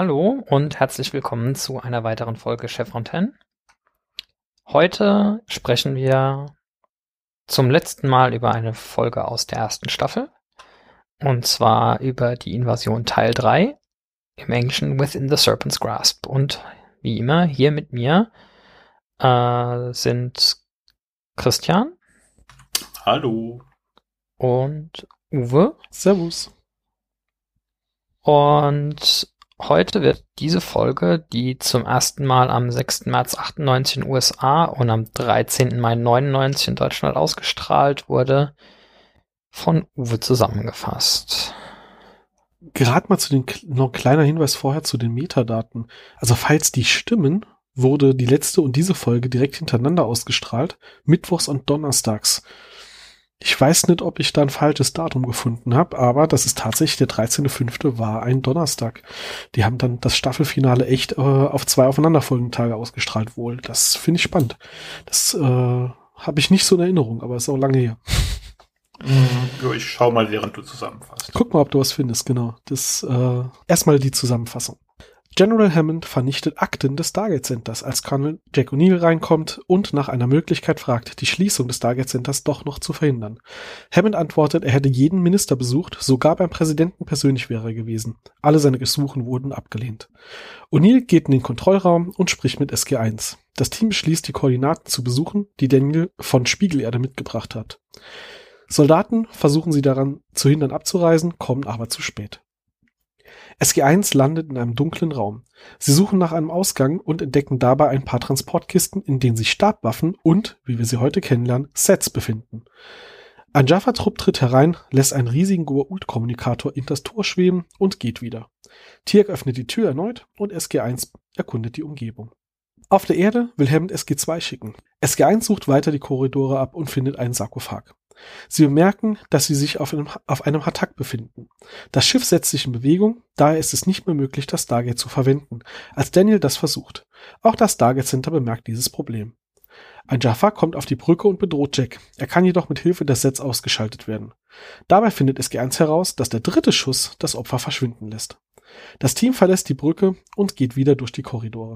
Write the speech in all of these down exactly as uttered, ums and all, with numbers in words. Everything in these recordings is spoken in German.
Hallo und herzlich willkommen zu einer weiteren Folge Chef Fontaine. Heute sprechen wir zum letzten Mal über eine Folge aus der ersten Staffel. Und zwar über die Invasion Teil drei, im Englischen Within the Serpent's Grasp. Und wie immer, hier mit mir äh, sind Christian. Hallo. Und Uwe. Servus. Und heute wird diese Folge, die zum ersten Mal am sechsten März achtundneunzig in den U S A und am dreizehnten Mai neunundneunzig in Deutschland ausgestrahlt wurde, von Uwe zusammengefasst. Gerade mal zu den, noch ein kleiner Hinweis vorher zu den Metadaten. Also falls die stimmen, wurde die letzte und diese Folge direkt hintereinander ausgestrahlt, mittwochs und donnerstags. Ich weiß nicht, ob ich da ein falsches Datum gefunden habe, aber das ist tatsächlich der dreizehnte fünfte war ein Donnerstag. Die haben dann das Staffelfinale echt äh, auf zwei aufeinanderfolgende Tage ausgestrahlt wohl. Das finde ich spannend. Das äh, habe ich nicht so in Erinnerung, aber ist auch lange her. Jo, ich schau mal, während du zusammenfasst. Guck mal, ob du was findest, genau. Das äh, erstmal die Zusammenfassung. General Hammond vernichtet Akten des Stargate Centers, als Colonel Jack O'Neill reinkommt und nach einer Möglichkeit fragt, die Schließung des Stargate Centers doch noch zu verhindern. Hammond antwortet, er hätte jeden Minister besucht, sogar beim Präsidenten persönlich wäre er gewesen. Alle seine Gesuche wurden abgelehnt. O'Neill geht in den Kontrollraum und spricht mit S G eins. Das Team beschließt, die Koordinaten zu besuchen, die Daniel von Spiegelerde mitgebracht hat. Soldaten versuchen sie daran zu hindern abzureisen, kommen aber zu spät. S G eins landet in einem dunklen Raum. Sie suchen nach einem Ausgang und entdecken dabei ein paar Transportkisten, in denen sich Stabwaffen und, wie wir sie heute kennenlernen, Sets befinden. Ein Jaffa-Trupp tritt herein, lässt einen riesigen Goa'uld-Kommunikator in das Tor schweben und geht wieder. Tiak öffnet die Tür erneut und S G eins erkundet die Umgebung. Auf der Erde will Hammond S G zwei schicken. S G eins sucht weiter die Korridore ab und findet einen Sarkophag. Sie bemerken, dass sie sich auf einem, auf einem Hatak befinden. Das Schiff setzt sich in Bewegung, daher ist es nicht mehr möglich, das Stargate zu verwenden, als Daniel das versucht. Auch das Stargate Center bemerkt dieses Problem. Ein Jaffa kommt auf die Brücke und bedroht Jack. Er kann jedoch mit Hilfe des Sets ausgeschaltet werden. Dabei findet S G eins heraus, dass der dritte Schuss das Opfer verschwinden lässt. Das Team verlässt die Brücke und geht wieder durch die Korridore.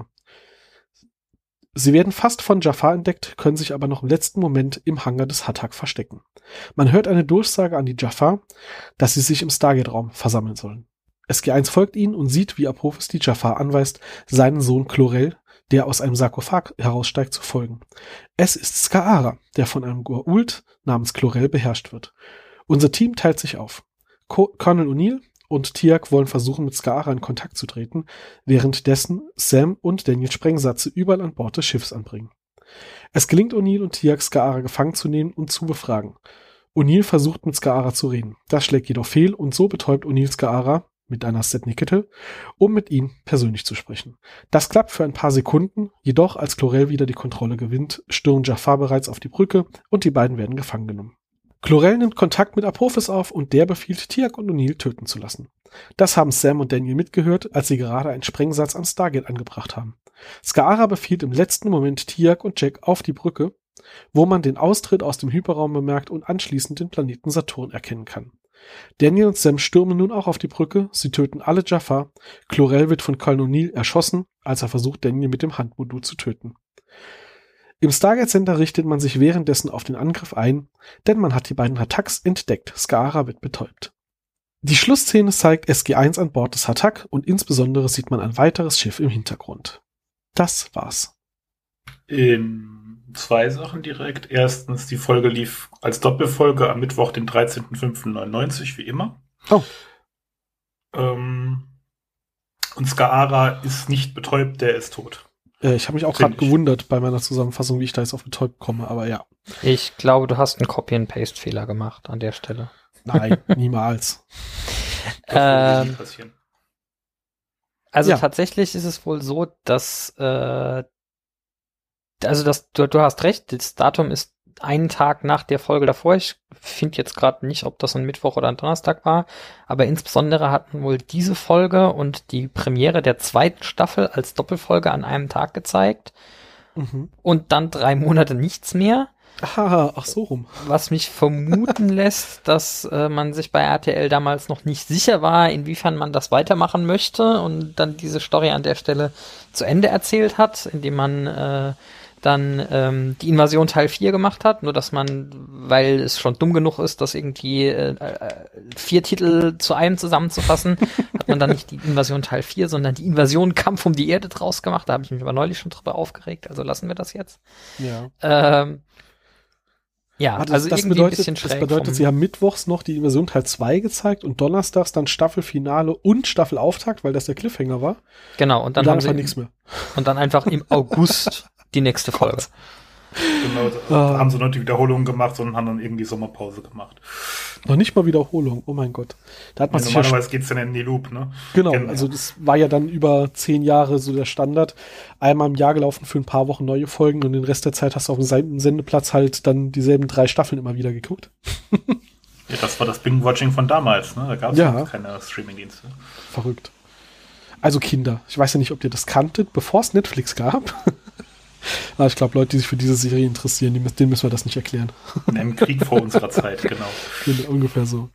Sie werden fast von Jaffa entdeckt, können sich aber noch im letzten Moment im Hangar des Hatak verstecken. Man hört eine Durchsage an die Jaffa, dass sie sich im Stargate-Raum versammeln sollen. S G eins folgt ihnen und sieht, wie Apophis die Jaffa anweist, seinen Sohn Chlorel, der aus einem Sarkophag heraussteigt, zu folgen. Es ist Ska'ara, der von einem Goa'uld namens Chlorel beherrscht wird. Unser Team teilt sich auf. Co- Colonel O'Neill und Tiak wollen versuchen, mit Ska'ara in Kontakt zu treten, währenddessen Sam und Daniel Sprengsatze überall an Bord des Schiffs anbringen. Es gelingt O'Neill und Tiak, Ska'ara gefangen zu nehmen und zu befragen. O'Neill versucht, mit Ska'ara zu reden. Das schlägt jedoch fehl und so betäubt O'Neill Ska'ara mit einer Setnikette, um mit ihm persönlich zu sprechen. Das klappt für ein paar Sekunden, jedoch als Chlorel wieder die Kontrolle gewinnt, stürmen Jaffa bereits auf die Brücke und die beiden werden gefangen genommen. Chlorel nimmt Kontakt mit Apophis auf und der befiehlt, Tiak und O'Neill töten zu lassen. Das haben Sam und Daniel mitgehört, als sie gerade einen Sprengsatz am Stargate angebracht haben. Ska'ara befiehlt im letzten Moment Tiak und Jack auf die Brücke, wo man den Austritt aus dem Hyperraum bemerkt und anschließend den Planeten Saturn erkennen kann. Daniel und Sam stürmen nun auch auf die Brücke, sie töten alle Jaffa. Chlorel wird von Colonel O'Neill erschossen, als er versucht, Daniel mit dem Handmodul zu töten. Im Stargate Center richtet man sich währenddessen auf den Angriff ein, denn man hat die beiden Hataks entdeckt. Ska'ara wird betäubt. Die Schlussszene zeigt S G eins an Bord des Hatak und insbesondere sieht man ein weiteres Schiff im Hintergrund. Das war's. In zwei Sachen direkt. Erstens, die Folge lief als Doppelfolge am Mittwoch, den dreizehnten fünften neunundneunzig, wie immer. Oh. Ähm, und Ska'ara ist nicht betäubt, der ist tot. Ich habe mich auch gerade gewundert bei meiner Zusammenfassung, wie ich da jetzt auf betäubt komme, aber ja. Ich glaube, du hast einen Copy-and-Paste-Fehler gemacht an der Stelle. Nein, niemals. Das würde Ähm, nie passieren. Also Ja. tatsächlich ist es wohl so, dass äh, also das, du, du hast recht, das Datum ist einen Tag nach der Folge davor. Ich finde jetzt gerade nicht, ob das ein Mittwoch oder ein Donnerstag war, aber insbesondere hatten wohl diese Folge und die Premiere der zweiten Staffel als Doppelfolge an einem Tag gezeigt Mhm. und dann drei Monate nichts mehr. Ah, ach so rum. Was mich vermuten lässt, dass äh, man sich bei R T L damals noch nicht sicher war, inwiefern man das weitermachen möchte und dann diese Story an der Stelle zu Ende erzählt hat, indem man äh, dann ähm, die Invasion Teil vier gemacht hat, nur dass man, weil es schon dumm genug ist, das irgendwie äh, äh, vier Titel zu einem zusammenzufassen, hat man dann nicht die Invasion Teil vier, sondern die Invasion Kampf um die Erde draus gemacht. Da habe ich mich aber neulich schon drüber aufgeregt, also lassen wir das jetzt. Ja. Ähm, ja, Ah, das, also das irgendwie bedeutet, ein bisschen schräg. das bedeutet, vom- sie haben mittwochs noch die Invasion Teil zwei gezeigt und donnerstags dann Staffelfinale und Staffelauftakt, weil das der Cliffhanger war. Genau, und dann, und dann haben sie einfach nichts mehr. und dann einfach im August die nächste Folge. Genau, da Ah. haben sie noch die Wiederholung gemacht, sondern haben dann irgendwie Sommerpause gemacht. Noch nicht mal Wiederholung, oh mein Gott. Da hat man Ja, sich ja normalerweise geht's dann in die Loop, ne? Genau, Kennen wir. also das war ja dann über zehn Jahre so der Standard. Einmal im Jahr gelaufen für ein paar Wochen neue Folgen und den Rest der Zeit hast du auf dem Seiten- Sendeplatz halt dann dieselben drei Staffeln immer wieder geguckt. Ja, das war das Binge-Watching von damals, ne? Da gab es Ja. keine Streaming-Dienste. Verrückt. Also Kinder, ich weiß ja nicht, ob ihr das kanntet, bevor es Netflix gab. Aber ich glaube, Leute, die sich für diese Serie interessieren, die, denen müssen wir das nicht erklären. In einem Krieg vor unserer Zeit, genau. Genau, ungefähr so.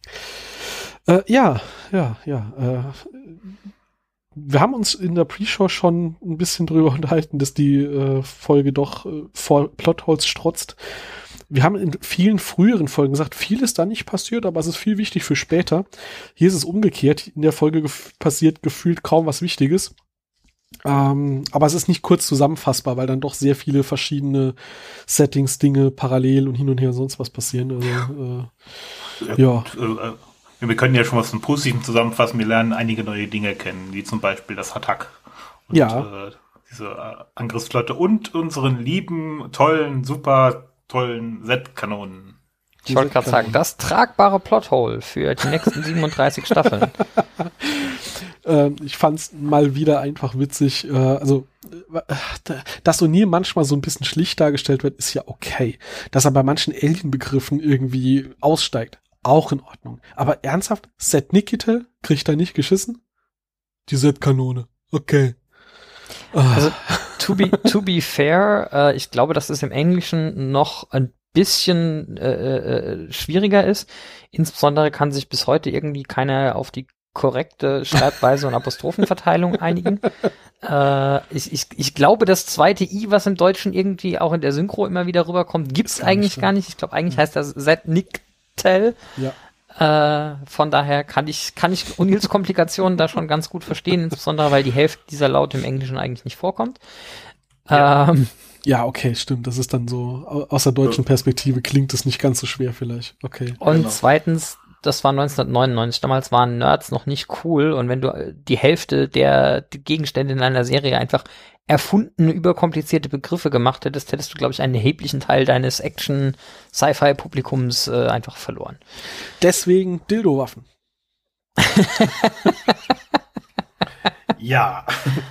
Äh, ja, ja, ja. Äh, wir haben uns in der Pre-Show schon ein bisschen drüber unterhalten, dass die äh, Folge doch äh, vor Plotholes strotzt. Wir haben in vielen früheren Folgen gesagt, viel ist da nicht passiert, aber es ist viel wichtig für später. Hier ist es umgekehrt. In der Folge gef- passiert gefühlt kaum was Wichtiges. Ähm, aber es ist nicht kurz zusammenfassbar, weil dann doch sehr viele verschiedene Settings, Dinge parallel und hin und her und sonst was passieren. Also, äh, ja. Und, äh, wir können ja schon was zum Positiven zusammenfassen. Wir lernen einige neue Dinge kennen, wie zum Beispiel das Hatak. Und, Ja. Äh, diese äh, Angriffsflotte und unseren lieben, tollen, super tollen Z-Kanonen. Ich wollte gerade sagen, das tragbare Plothole für die nächsten siebenunddreißig Staffeln. Ähm, ich fand's mal wieder einfach witzig. Äh, also, äh, dass O'Neill manchmal so ein bisschen schlicht dargestellt wird, ist ja okay. Dass er bei manchen Alien-Begriffen irgendwie aussteigt, auch in Ordnung. Aber ernsthaft, Zed Nikitel kriegt er nicht geschissen? Die Z-Kanone. Okay. Ah. Also, to be, to be fair, äh, ich glaube, dass es im Englischen noch ein bisschen äh, äh, schwieriger ist. Insbesondere kann sich bis heute irgendwie keiner auf die korrekte Schreibweise und Apostrophenverteilung einigen. Äh, ich, ich, ich glaube, das zweite I, was im Deutschen irgendwie auch in der Synchro immer wieder rüberkommt, gibt's gar eigentlich nicht, gar nicht. Ich glaube, eigentlich heißt das Zed-Nicktel. Ja. Äh, von daher kann ich, kann ich O'Neills Komplikationen da schon ganz gut verstehen, insbesondere weil die Hälfte dieser Laute im Englischen eigentlich nicht vorkommt. Ja. Ähm, Ja, okay, stimmt. Das ist dann so, au- aus der deutschen Perspektive klingt es nicht ganz so schwer vielleicht. Okay. und Genau. zweitens, das war neunzehnhundertneunundneunzig, damals waren Nerds noch nicht cool und wenn du äh, die Hälfte der die Gegenstände in einer Serie einfach erfundene, überkomplizierte Begriffe gemacht hättest, hättest du, glaube ich, einen erheblichen Teil deines Action-Sci-Fi-Publikums äh, einfach verloren. Deswegen Dildo-Waffen. Ja.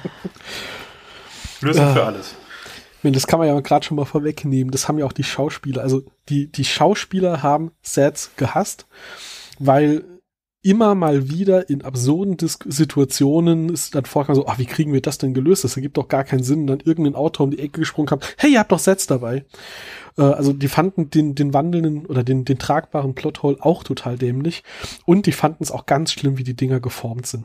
Lösung Ah. für alles. Ich meine, das kann man ja gerade schon mal vorwegnehmen. Das haben ja auch die Schauspieler. Also die, die Schauspieler haben Sets gehasst, weil immer mal wieder in absurden Dis- Situationen ist dann vorkam so, ach, wie kriegen wir das denn gelöst? Das ergibt doch gar keinen Sinn. Und dann irgendein Autor um die Ecke gesprungen kam, hey, ihr habt doch Sets dabei. Äh, also die fanden den, den wandelnden oder den, den tragbaren Plothole auch total dämlich. Und die fanden es auch ganz schlimm, wie die Dinger geformt sind.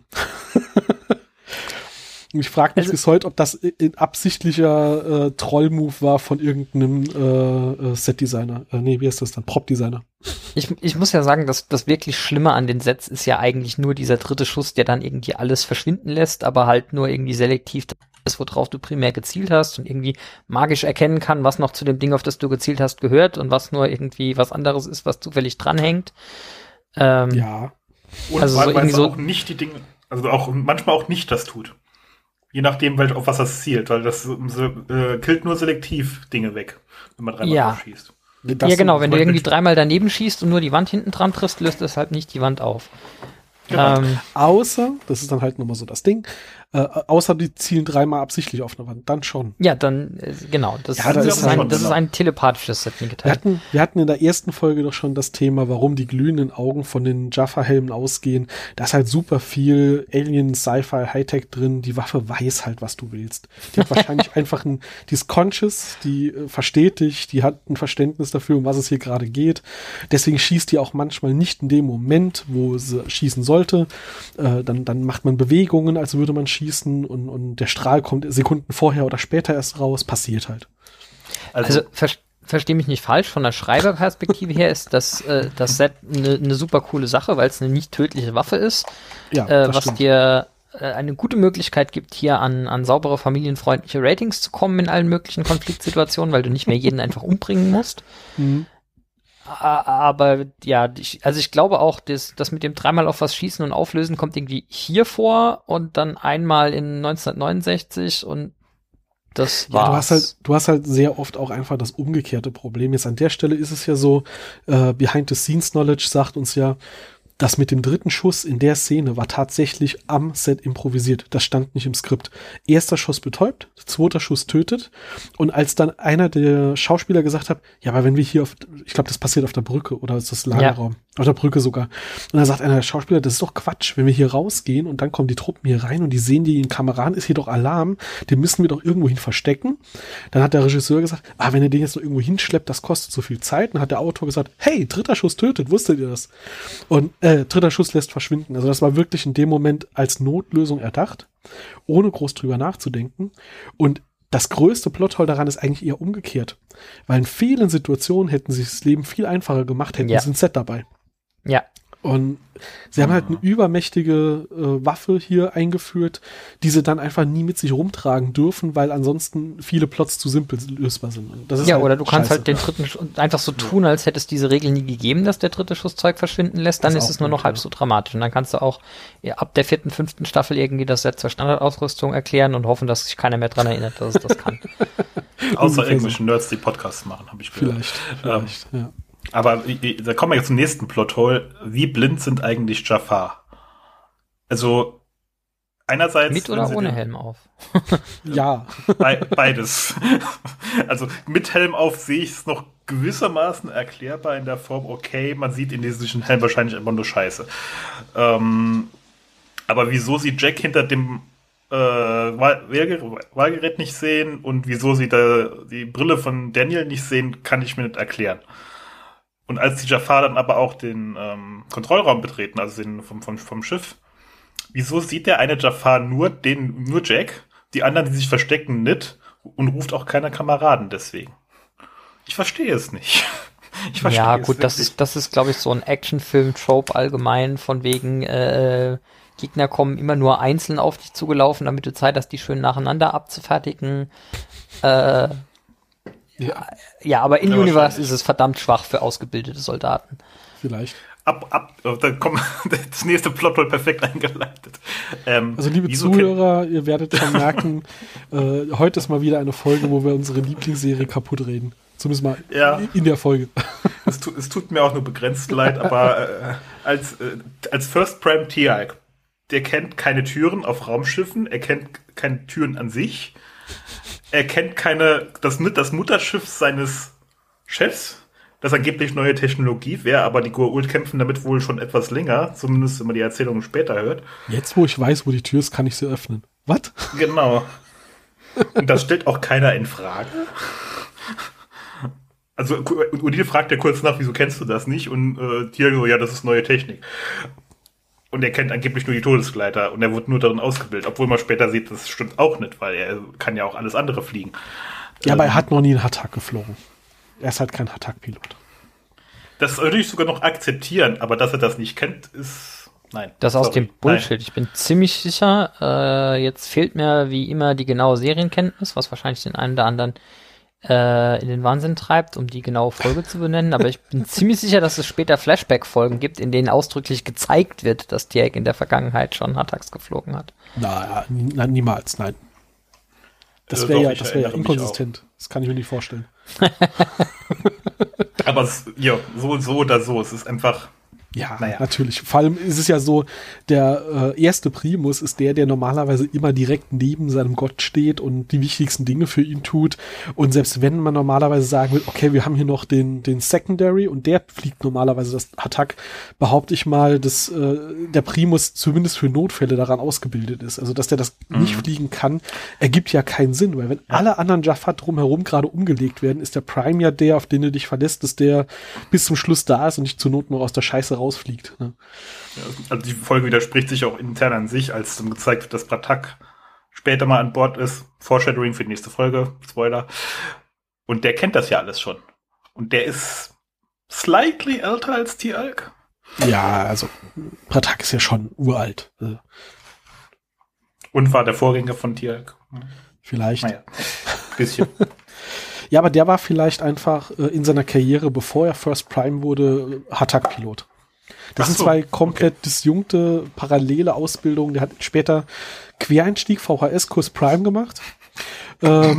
Und ich frage mich Also- bis heute, ob das ein absichtlicher äh, Troll-Move war von irgendeinem äh, äh, Set-Designer. Äh, nee, wie heißt das dann? Prop-Designer. Ich, ich muss ja sagen, dass das wirklich Schlimme an den Sets ist ja eigentlich nur dieser dritte Schuss, der dann irgendwie alles verschwinden lässt, aber halt nur irgendwie selektiv das ist, worauf du primär gezielt hast und irgendwie magisch erkennen kann, was noch zu dem Ding, auf das du gezielt hast, gehört und was nur irgendwie was anderes ist, was zufällig dranhängt. Ähm, Ja. Und Also so weil irgendwie es so- auch nicht die Dinge, also auch manchmal auch nicht das tut. Je nachdem, wel- auf was das zielt, weil das äh, killt nur selektiv Dinge weg, wenn man dreimal Ja. drauf schießt. Das ja, genau, sind- wenn du Beispiel- irgendwie dreimal daneben schießt und nur die Wand hinten dran triffst, löst es halt nicht die Wand auf. Genau. Ähm, Außer, das ist dann halt nochmal so das Ding, Äh, außer die zielen dreimal absichtlich auf eine Wand, dann schon. Ja, dann, äh, genau. Das, Ja, da das, ist ist, ein, schon, das ist genau. ein telepathisches Setting Wir geteilt. hatten, wir hatten in der ersten Folge doch schon das Thema, warum die glühenden Augen von den Jaffa-Helmen ausgehen. Da ist halt super viel Alien, Sci-Fi, Hightech drin. Die Waffe weiß halt, was du willst. Die hat wahrscheinlich einfach ein, die ist conscious, die äh, versteht dich, die hat ein Verständnis dafür, um was es hier gerade geht. Deswegen schießt die auch manchmal nicht in dem Moment, wo sie schießen sollte. Äh, dann, dann macht man Bewegungen, als würde man schießen und, und der Strahl kommt Sekunden vorher oder später erst raus. Passiert halt. Also, ver verstehe mich nicht falsch, von der Schreiberperspektive her ist das, äh, das Set eine ne super coole Sache, weil es eine nicht tödliche Waffe ist, Ja, äh, das was stimmt. dir äh, eine gute Möglichkeit gibt, hier an, an saubere, familienfreundliche Ratings zu kommen in allen möglichen Konfliktsituationen, weil du nicht mehr jeden einfach umbringen musst. Mhm. A- Aber ja, ich, also ich glaube auch, das, das mit dem dreimal auf was schießen und auflösen kommt irgendwie hier vor und dann einmal in neunzehnhundertneunundsechzig und das war's. Ja, du hast halt, du hast halt sehr oft auch einfach das umgekehrte Problem. Jetzt an der Stelle ist es ja so, äh, Behind-the-Scenes-Knowledge sagt uns ja, das mit dem dritten Schuss in der Szene war tatsächlich am Set improvisiert. Das stand nicht im Skript. Erster Schuss betäubt, zweiter Schuss tötet. Und als dann einer der Schauspieler gesagt hat, ja, aber wenn wir hier auf, ich glaube, das passiert auf der Brücke oder ist das Lagerraum? Ja. Auf der Brücke sogar. Und dann sagt einer der Schauspieler, das ist doch Quatsch, wenn wir hier rausgehen und dann kommen die Truppen hier rein und die sehen die in Kameran, ist hier doch Alarm, den müssen wir doch irgendwohin verstecken. Dann hat der Regisseur gesagt, ah, wenn ihr den jetzt noch irgendwo hinschleppt, das kostet so viel Zeit. Dann hat der Autor gesagt, hey, dritter Schuss tötet, wusstet ihr das? Und äh, dritter Schuss lässt verschwinden. Also das war wirklich in dem Moment als Notlösung erdacht, ohne groß drüber nachzudenken. Und das größte Plothole daran ist eigentlich eher umgekehrt. Weil in vielen Situationen hätten sie das Leben viel einfacher gemacht, hätten Ja. sie ein Set dabei. Ja. Und sie haben halt eine übermächtige äh, Waffe hier eingeführt, die sie dann einfach nie mit sich rumtragen dürfen, weil ansonsten viele Plots zu simpel lösbar sind. Und das ist Ja, halt oder du kannst scheiße. halt den dritten Schuss einfach so tun, als hätte es diese Regel nie gegeben, dass der dritte Schuss Zeug verschwinden lässt, dann Das ist auch es nur noch gut, halb ja. so dramatisch. Und dann kannst du auch ja, ab der vierten, fünften Staffel irgendwie das Set zur Standardausrüstung erklären und hoffen, dass sich keiner mehr dran erinnert, dass es das kann. Außer Ungefähr irgendwelche Nerds, die Podcasts machen, habe ich gehört. Vielleicht, vielleicht, ja. Aber i- i- da kommen wir jetzt zum nächsten Plothole. Wie blind sind eigentlich Jafar? Also, einerseits... Mit wenn oder sie ohne den- Helm auf? Ja. Be beides. Also mit Helm auf sehe ich es noch gewissermaßen erklärbar in der Form, okay, man sieht in diesem Helm wahrscheinlich immer nur Scheiße. Ähm, aber wieso sie Jack hinter dem äh, Wahl Wahlger- Wahlgerät nicht sehen und wieso sie da die Brille von Daniel nicht sehen, kann ich mir nicht erklären. Und als die Jafar dann aber auch den ähm, Kontrollraum betreten, also den vom, vom, vom Schiff, wieso sieht der eine Jafar nur den, nur Jack, die anderen, die sich verstecken, nicht und ruft auch keine Kameraden deswegen? Ich verstehe es nicht. Ich verstehe Ja, es gut, das wirklich. ist, das ist, glaube ich, so ein Actionfilm-Trope allgemein, von wegen, äh, Gegner kommen immer nur einzeln auf dich zugelaufen, damit du Zeit hast, die schön nacheinander abzufertigen. Äh, Ja, ja, aber in Ja, Universe wahrscheinlich. ist es verdammt schwach für ausgebildete Soldaten. vielleicht. Ab, ab, da kommt das nächste Plothole perfekt eingeleitet. Ähm, Also liebe wieso Zuhörer, ihr werdet schon merken, äh, heute ist mal wieder eine Folge, wo wir unsere Lieblingsserie kaputt reden. Zumindest mal Ja. in der Folge. Es, tu, es tut mir auch nur begrenzt leid, aber äh, als, äh, als First Prime Tiag, der kennt keine Türen auf Raumschiffen, er kennt keine Türen an sich, er kennt keine, das, das Mutterschiff seines Chefs, das angeblich neue Technologie wäre, aber die Goa'uld kämpfen damit wohl schon etwas länger, zumindest wenn man die Erzählungen später hört. Jetzt, wo ich weiß, wo die Tür ist, kann ich sie öffnen. Was? Genau. Und das stellt auch keiner in Frage. Also, Odile fragt ja kurz nach, wieso kennst du das nicht? Und äh, Tiag so, ja, das ist neue Technik. Und er kennt angeblich nur die Todesgleiter und er wird nur darin ausgebildet, obwohl man später sieht, das stimmt auch nicht, weil er kann ja auch alles andere fliegen. Ja, aber Ähm, er hat noch nie einen Hatak geflogen. Er ist halt kein Hatak-Pilot. Das würde ich sogar noch akzeptieren, aber dass er das nicht kennt, ist... Nein. Das aus sorry. dem Bullshit. Ich bin ziemlich sicher, äh, jetzt fehlt mir wie immer die genaue Serienkenntnis, was wahrscheinlich den einen oder anderen äh, in den Wahnsinn treibt, um die genaue Folge zu benennen, aber ich bin ziemlich sicher, dass es später Flashback-Folgen gibt, in denen ausdrücklich gezeigt wird, dass Tiag in der Vergangenheit schon Hattacks geflogen hat. Na, nie, na, niemals, nein. Das Äh, wäre doch, ja, ich das wäre ja erinnere mich inkonsistent. Das kann ich mir nicht vorstellen. Aber es, ja, so, so oder so, es ist einfach... Ja, Naja. natürlich. Vor allem ist es ja so, der äh, erste Primus ist der, der normalerweise immer direkt neben seinem Gott steht und die wichtigsten Dinge für ihn tut. Und selbst wenn man normalerweise sagen will, okay, wir haben hier noch den, den Secondary und der fliegt normalerweise das Attack, behaupte ich mal, dass äh, der Primus zumindest für Notfälle daran ausgebildet ist. Also, dass der das Mhm. nicht fliegen kann, ergibt ja keinen Sinn, weil wenn alle anderen Jaffa drumherum gerade umgelegt werden, ist der Prime ja der, auf den du dich verlässt, dass der bis zum Schluss da ist und nicht zur Not nur aus der Scheiße rausfliegt. Ne? Ja, also die Folge widerspricht sich auch intern an sich, als dann gezeigt wird, dass Pratak später mal an Bord ist. Foreshadowing für die nächste Folge. Spoiler. Und der kennt das ja alles schon. Und der ist slightly älter als Tialk. Ja, also Pratak ist ja schon uralt. Äh, Und war der Vorgänger von Tialk. vielleicht. Naja, bisschen. Ja, aber der war vielleicht einfach äh, in seiner Karriere, bevor er First Prime wurde, Hatak-Pilot. Das Ach sind so, zwei komplett disjunkte, parallele Ausbildungen. Der hat später Quereinstieg, V H S-Kurs Prime gemacht. ähm,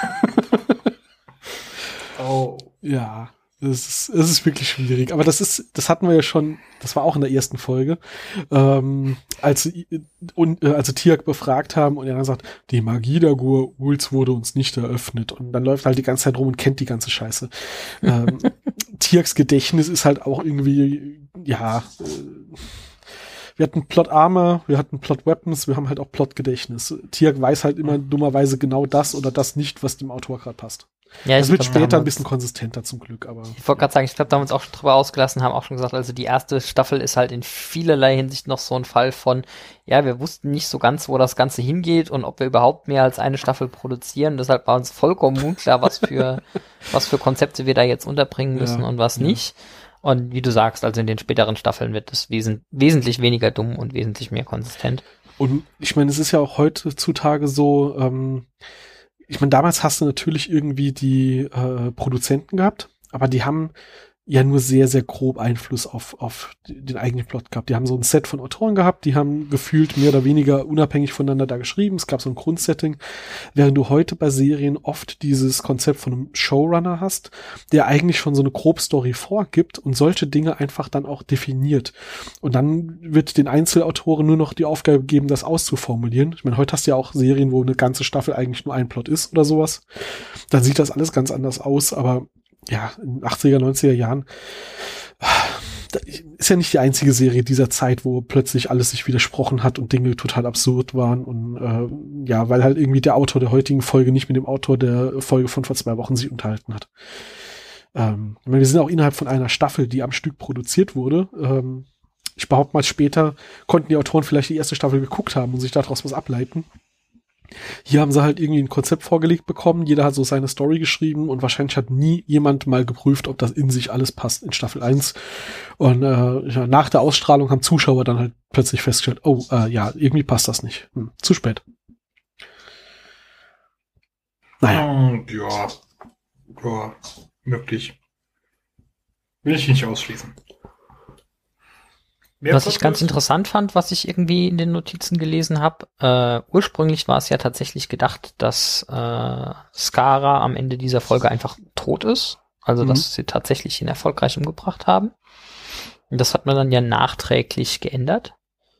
Oh. ja, es ist, es ist wirklich schwierig. Aber das ist, das hatten wir ja schon, das war auch in der ersten Folge, ähm, als sie, und, äh, als sie Tiak befragt haben und er dann sagt, die Magie der Ghouls wurde uns nicht eröffnet. Und dann läuft halt die ganze Zeit rum und kennt die ganze Scheiße. ähm, Tiaks Gedächtnis ist halt auch irgendwie, ja, äh, wir hatten Plot Armor, wir hatten Plot Weapons, wir haben halt auch Plot Gedächtnis. Tiak weiß halt immer dummerweise genau das oder das nicht, was dem Autor gerade passt. Ja, Das ich wird glaub, später da haben ein bisschen konsistenter zum Glück, aber. Ich wollte gerade sagen, ich glaube, da haben wir uns auch schon drüber ausgelassen, haben auch schon gesagt, also die erste Staffel ist halt in vielerlei Hinsicht noch so ein Fall von, ja, wir wussten nicht so ganz, wo das Ganze hingeht und ob wir überhaupt mehr als eine Staffel produzieren. Deshalb war uns vollkommen unklar, was für, was für Konzepte wir da jetzt unterbringen müssen Ja, und was ja. nicht. Und wie du sagst, also in den späteren Staffeln wird es wesen wesentlich weniger dumm und wesentlich mehr konsistent. Und ich meine, es ist ja auch heutzutage so, ähm, ich meine, damals hast du natürlich irgendwie die äh, Produzenten gehabt, aber die haben ja nur sehr, sehr grob Einfluss auf, auf den eigenen Plot gehabt. Die haben so ein Set von Autoren gehabt, die haben gefühlt mehr oder weniger unabhängig voneinander da geschrieben. Es gab so ein Grundsetting, während du heute bei Serien oft dieses Konzept von einem Showrunner hast, der eigentlich schon so eine Grobstory vorgibt und solche Dinge einfach dann auch definiert. Und dann wird den Einzelautoren nur noch die Aufgabe geben, das auszuformulieren. Ich meine, heute hast du ja auch Serien, wo eine ganze Staffel eigentlich nur ein Plot ist oder sowas. Dann sieht das alles ganz anders aus, aber ja, in den achtziger, neunziger Jahren da ist ja nicht die einzige Serie dieser Zeit, wo plötzlich alles sich widersprochen hat und Dinge total absurd waren und äh, ja, weil halt irgendwie der Autor der heutigen Folge nicht mit dem Autor der Folge von vor zwei Wochen sich unterhalten hat. Ähm, ich meine, wir sind auch innerhalb von einer Staffel, die am Stück produziert wurde. Ähm, ich behaupte mal, später konnten die Autoren vielleicht die erste Staffel geguckt haben und sich daraus was ableiten. Hier haben sie halt irgendwie ein Konzept vorgelegt bekommen, jeder hat so seine Story geschrieben und wahrscheinlich hat nie jemand mal geprüft, ob das in sich alles passt in Staffel eins. Und äh, ja, nach der Ausstrahlung haben Zuschauer dann halt plötzlich festgestellt, oh, äh, ja, irgendwie passt das nicht. Hm, zu spät. Naja. Hm, ja. Ja, möglich. Will ich nicht ausschließen. Mehr Was ich ganz Plot-Twist? interessant fand, was ich irgendwie in den Notizen gelesen habe, äh, ursprünglich war es ja tatsächlich gedacht, dass äh, Skara am Ende dieser Folge einfach tot ist. Also, Mhm. dass sie tatsächlich ihn erfolgreich umgebracht haben. Und das hat man dann ja nachträglich geändert.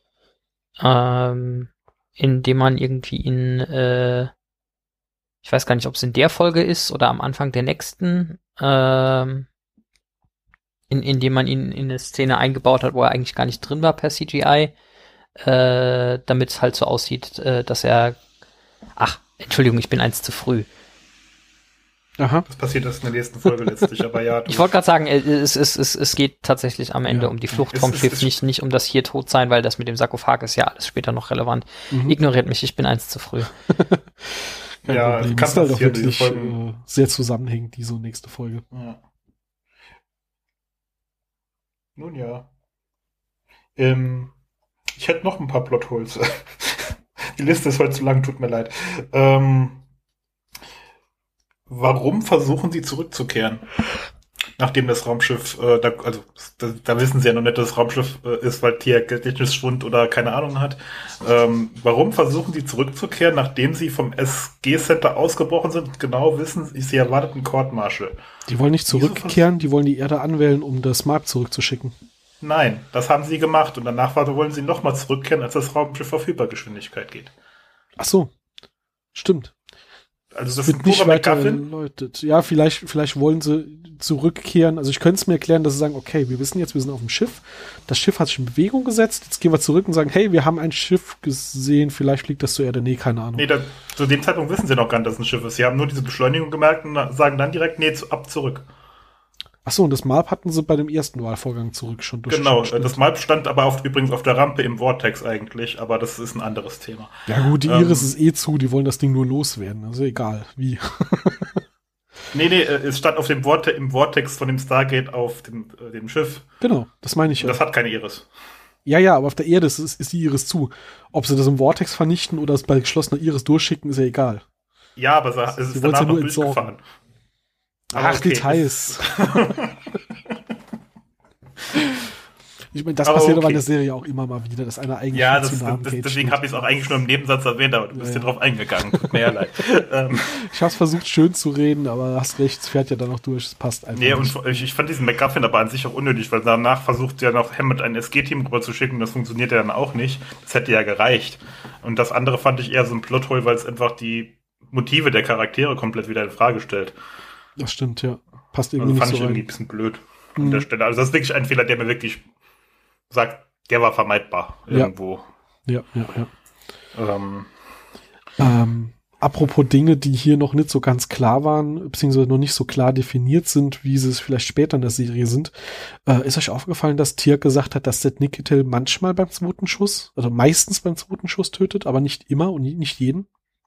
Ähm, indem man irgendwie in, äh, ich weiß gar nicht, ob es in der Folge ist oder am Anfang der nächsten, ähm, in, indem man ihn in eine Szene eingebaut hat, wo er eigentlich gar nicht drin war per C G I, äh, damit es halt so aussieht, äh, dass er, ach, Entschuldigung, ich bin eins zu früh. Aha. Das passiert erst in der nächsten Folge letztlich, aber ja. Du, Ich wollte gerade sagen, äh, es, es, es, es geht tatsächlich am Ende Ja. um die Flucht Es vom ist- Schiff, es- nicht, nicht um das hier tot sein, weil das mit dem Sarkophag ist ja alles später noch relevant. Mhm. Ignoriert mich, ich bin eins zu früh. Kein Ja, Problem. kann Ist halt auch passieren, diese wirklich Folgen. äh, sehr zusammenhängend, diese und nächste Folge. Ja. Nun ja. Ähm, ich hätte noch ein paar Plotholes. Die Liste ist heute zu lang, tut mir leid. Ähm, warum versuchen sie zurückzukehren? Nachdem das Raumschiff, äh, da, also da, da wissen sie ja noch nicht, dass das Raumschiff äh, ist, weil Tier Gedächtnisschwund oder keine Ahnung hat. Ähm, warum versuchen sie zurückzukehren, nachdem sie vom S G-Center ausgebrochen sind und genau wissen, sie erwartet einen Court Martial? Die wollen nicht Wieso zurückkehren, die wollen die Erde anwählen, um das Mark zurückzuschicken. Nein, das haben sie gemacht und danach wollen sie nochmal zurückkehren, als das Raumschiff auf Hypergeschwindigkeit geht. Ach so, stimmt. Also das wird ist nicht purer weiter MacGuffin. erläutert. Ja, vielleicht, vielleicht wollen sie zurückkehren. Also ich könnte es mir erklären, dass sie sagen, okay, wir wissen jetzt, wir sind auf dem Schiff. Das Schiff hat sich in Bewegung gesetzt. Jetzt gehen wir zurück und sagen, hey, wir haben ein Schiff gesehen. Vielleicht fliegt das zur Erde. Nee, keine Ahnung. Nee, da, zu dem Zeitpunkt wissen sie noch gar nicht, dass es ein Schiff ist. Sie haben nur diese Beschleunigung gemerkt und sagen dann direkt, nee, zu, ab zurück. Ach so, und das Malp hatten sie bei dem ersten Wahlvorgang zurück schon durch. Genau, das Malp stand aber auf, übrigens auf der Rampe im Vortex eigentlich, aber das ist ein anderes Thema. Ja gut, die Ähm, Iris ist eh zu, die wollen das Ding nur loswerden. Also egal, wie. Nee, nee, es stand auf dem Vorte- im Vortex von dem Stargate auf dem, äh, dem Schiff. Genau, das meine ich Und ja. das hat keine Iris. Ja, ja, aber auf der Erde ist, ist die Iris zu. Ob sie das im Vortex vernichten oder es bei geschlossener Iris durchschicken, ist ja egal. Ja, aber es ist Sie danach wollt's ja noch nur entsorgen. durchgefahren. Aber Ach, okay. Details. Ich meine, das Aber passiert aber okay. in der Serie auch immer mal wieder, dass einer eigentlich Ja, viel das, zu nah am das, Cage deswegen steht. habe ich es auch eigentlich nur im Nebensatz erwähnt, aber du bist Ja, ja ja. drauf eingegangen. Tut mir ja leid. ähm, Ich habe es versucht, schön zu reden, aber hast recht, es fährt ja dann noch durch, es passt einfach nee, nicht. und ich, ich fand diesen MacGuffin aber an sich auch unnötig, weil danach versucht ja noch Hammond ein S G-Team rüber zu schicken, das funktioniert ja dann auch nicht. Das hätte ja gereicht. Und das andere fand ich eher so ein Plothole, weil es einfach die Motive der Charaktere komplett wieder in Frage stellt. Das stimmt, ja. Passt Also irgendwie fand nicht ich so irgendwie ein rein. bisschen blöd Mhm. an der Stelle. Also das ist wirklich ein Fehler, der mir wirklich sagt, der war vermeidbar Ja. irgendwo. Ja, ja, ja. Ähm, Ähm, apropos Dinge, die hier noch nicht so ganz klar waren, beziehungsweise noch nicht so klar definiert sind, wie sie es vielleicht später in der Serie sind. Äh, ist euch aufgefallen, dass Tirk gesagt hat, dass Seth Nikitel manchmal beim zweiten Schuss, also meistens beim zweiten Schuss tötet, aber nicht immer und nie- nicht jeden?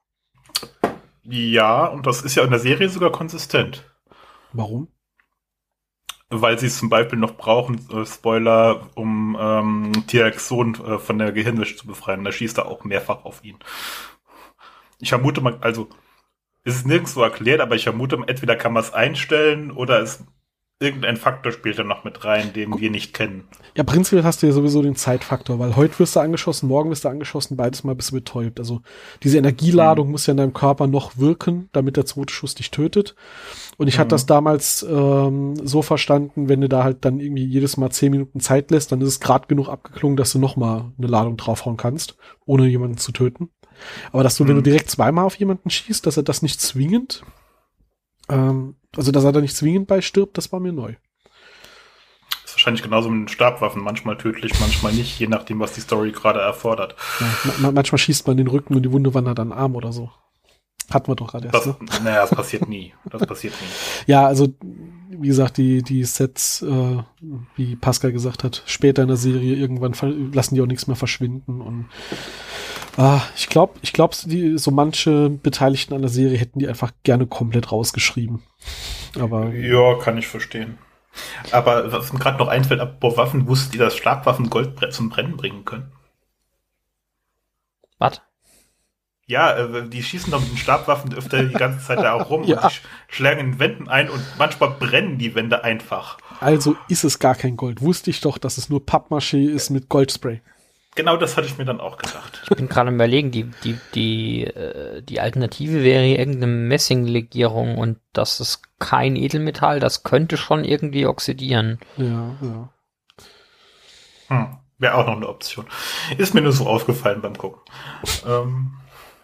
ja, und das ist ja in der Serie sogar konsistent. Warum? Weil sie es zum Beispiel noch brauchen, äh, Spoiler, um ähm, Tirks Sohn äh, von der Gehirnwäsche zu befreien. Da schießt er auch mehrfach auf ihn. Ich vermute mal, also es ist nirgendwo erklärt, aber ich vermute, entweder kann man es einstellen oder es irgendein Faktor spielt da noch mit rein, den wir nicht kennen. Ja, prinzipiell hast du ja sowieso den Zeitfaktor, weil heute wirst du angeschossen, morgen wirst du angeschossen, beides Mal bist du betäubt. Also diese Energieladung Mhm. muss ja in deinem Körper noch wirken, damit der zweite Schuss dich tötet. Und ich Mhm. hatte das damals ähm, so verstanden, wenn du da halt dann irgendwie jedes Mal zehn Minuten Zeit lässt, dann ist es gerade genug abgeklungen, dass du noch mal eine Ladung draufhauen kannst, ohne jemanden zu töten. Aber dass du, wenn du Mhm. direkt zweimal auf jemanden schießt, dass er das nicht zwingend, ähm, also dass er da nicht zwingend bei stirbt, das war mir neu. Ist wahrscheinlich genauso mit den Stabwaffen. Manchmal tödlich, manchmal nicht, je nachdem, was die Story gerade erfordert. Ja, ma- manchmal schießt man den Rücken und die Wunde wandert an den Arm oder so. Hatten wir doch gerade erst, Das, ne? naja, das passiert nie. Das passiert nie. Ja, also, wie gesagt, die, die Sets, äh, wie Pascal gesagt hat, später in der Serie irgendwann ver- lassen die auch nichts mehr verschwinden und ah, ich glaube, ich glaube, die, so manche Beteiligten an der Serie hätten die einfach gerne komplett rausgeschrieben. Aber Ja, kann ich verstehen. Aber was mir gerade noch einfällt, apropos Waffen, wusstet ihr, dass Schlagwaffen Gold bre- zum Brennen bringen können? Was? Ja, äh, die schießen doch mit den Stabwaffen öfter die ganze Zeit da auch rum Ja. und die sch- schlagen in Wänden ein und manchmal brennen die Wände einfach. also ist es gar kein Gold. Wusste ich doch, dass es nur Pappmaché ist mit Goldspray. Genau das hatte ich mir dann auch gedacht. Ich bin gerade am Überlegen, die, die, die, äh, die Alternative wäre irgendeine Messinglegierung und das ist kein Edelmetall, das könnte schon irgendwie oxidieren. Ja, ja. Hm, wäre auch noch eine Option. Ist mir nur so aufgefallen beim Gucken. ähm,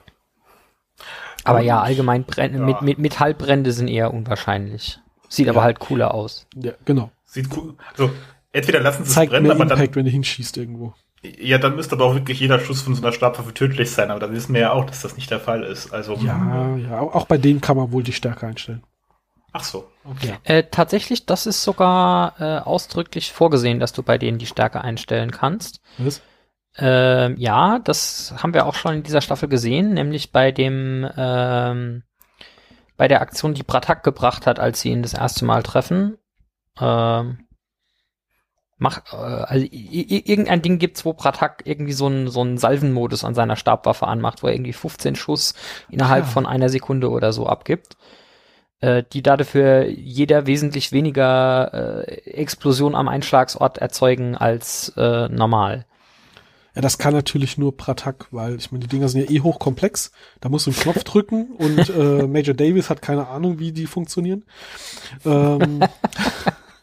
Aber und- ja, allgemein Brenn ja. mit, mit Metallbrände sind eher unwahrscheinlich. Sieht aber Ja. halt cooler aus. Ja, genau. Sieht cool. Also, entweder lassen sie es Zeigt brennen, mehr aber Impact, dann, wenn du hinschießt irgendwo. ja, dann müsste aber auch wirklich jeder Schuss von so einer Stabwaffe tödlich sein. Aber da wissen wir ja auch, dass das nicht der Fall ist. Also, Ja, ja. Auch bei denen kann man wohl die Stärke einstellen. ach so. Ja. Äh, tatsächlich, das ist sogar äh, ausdrücklich vorgesehen, dass du bei denen die Stärke einstellen kannst. Was? Ähm, ja, das haben wir auch schon in dieser Staffel gesehen, nämlich bei dem ähm, bei der Aktion, die Bratak gebracht hat, als sie ihn das erste Mal treffen. Ähm, mach, äh, also i- i- irgendein Ding gibt's, wo Bratak irgendwie so einen so einen Salvenmodus an seiner Stabwaffe anmacht, wo er irgendwie fünfzehn Schuss innerhalb Ja. von einer Sekunde oder so abgibt, äh, die dafür jeder wesentlich weniger äh, Explosion am Einschlagsort erzeugen als äh, normal. Ja, das kann natürlich nur Pratak, weil ich meine, die Dinger sind ja eh hochkomplex. Da musst du einen Knopf drücken und äh, Major Davis hat keine Ahnung, wie die funktionieren. Ähm,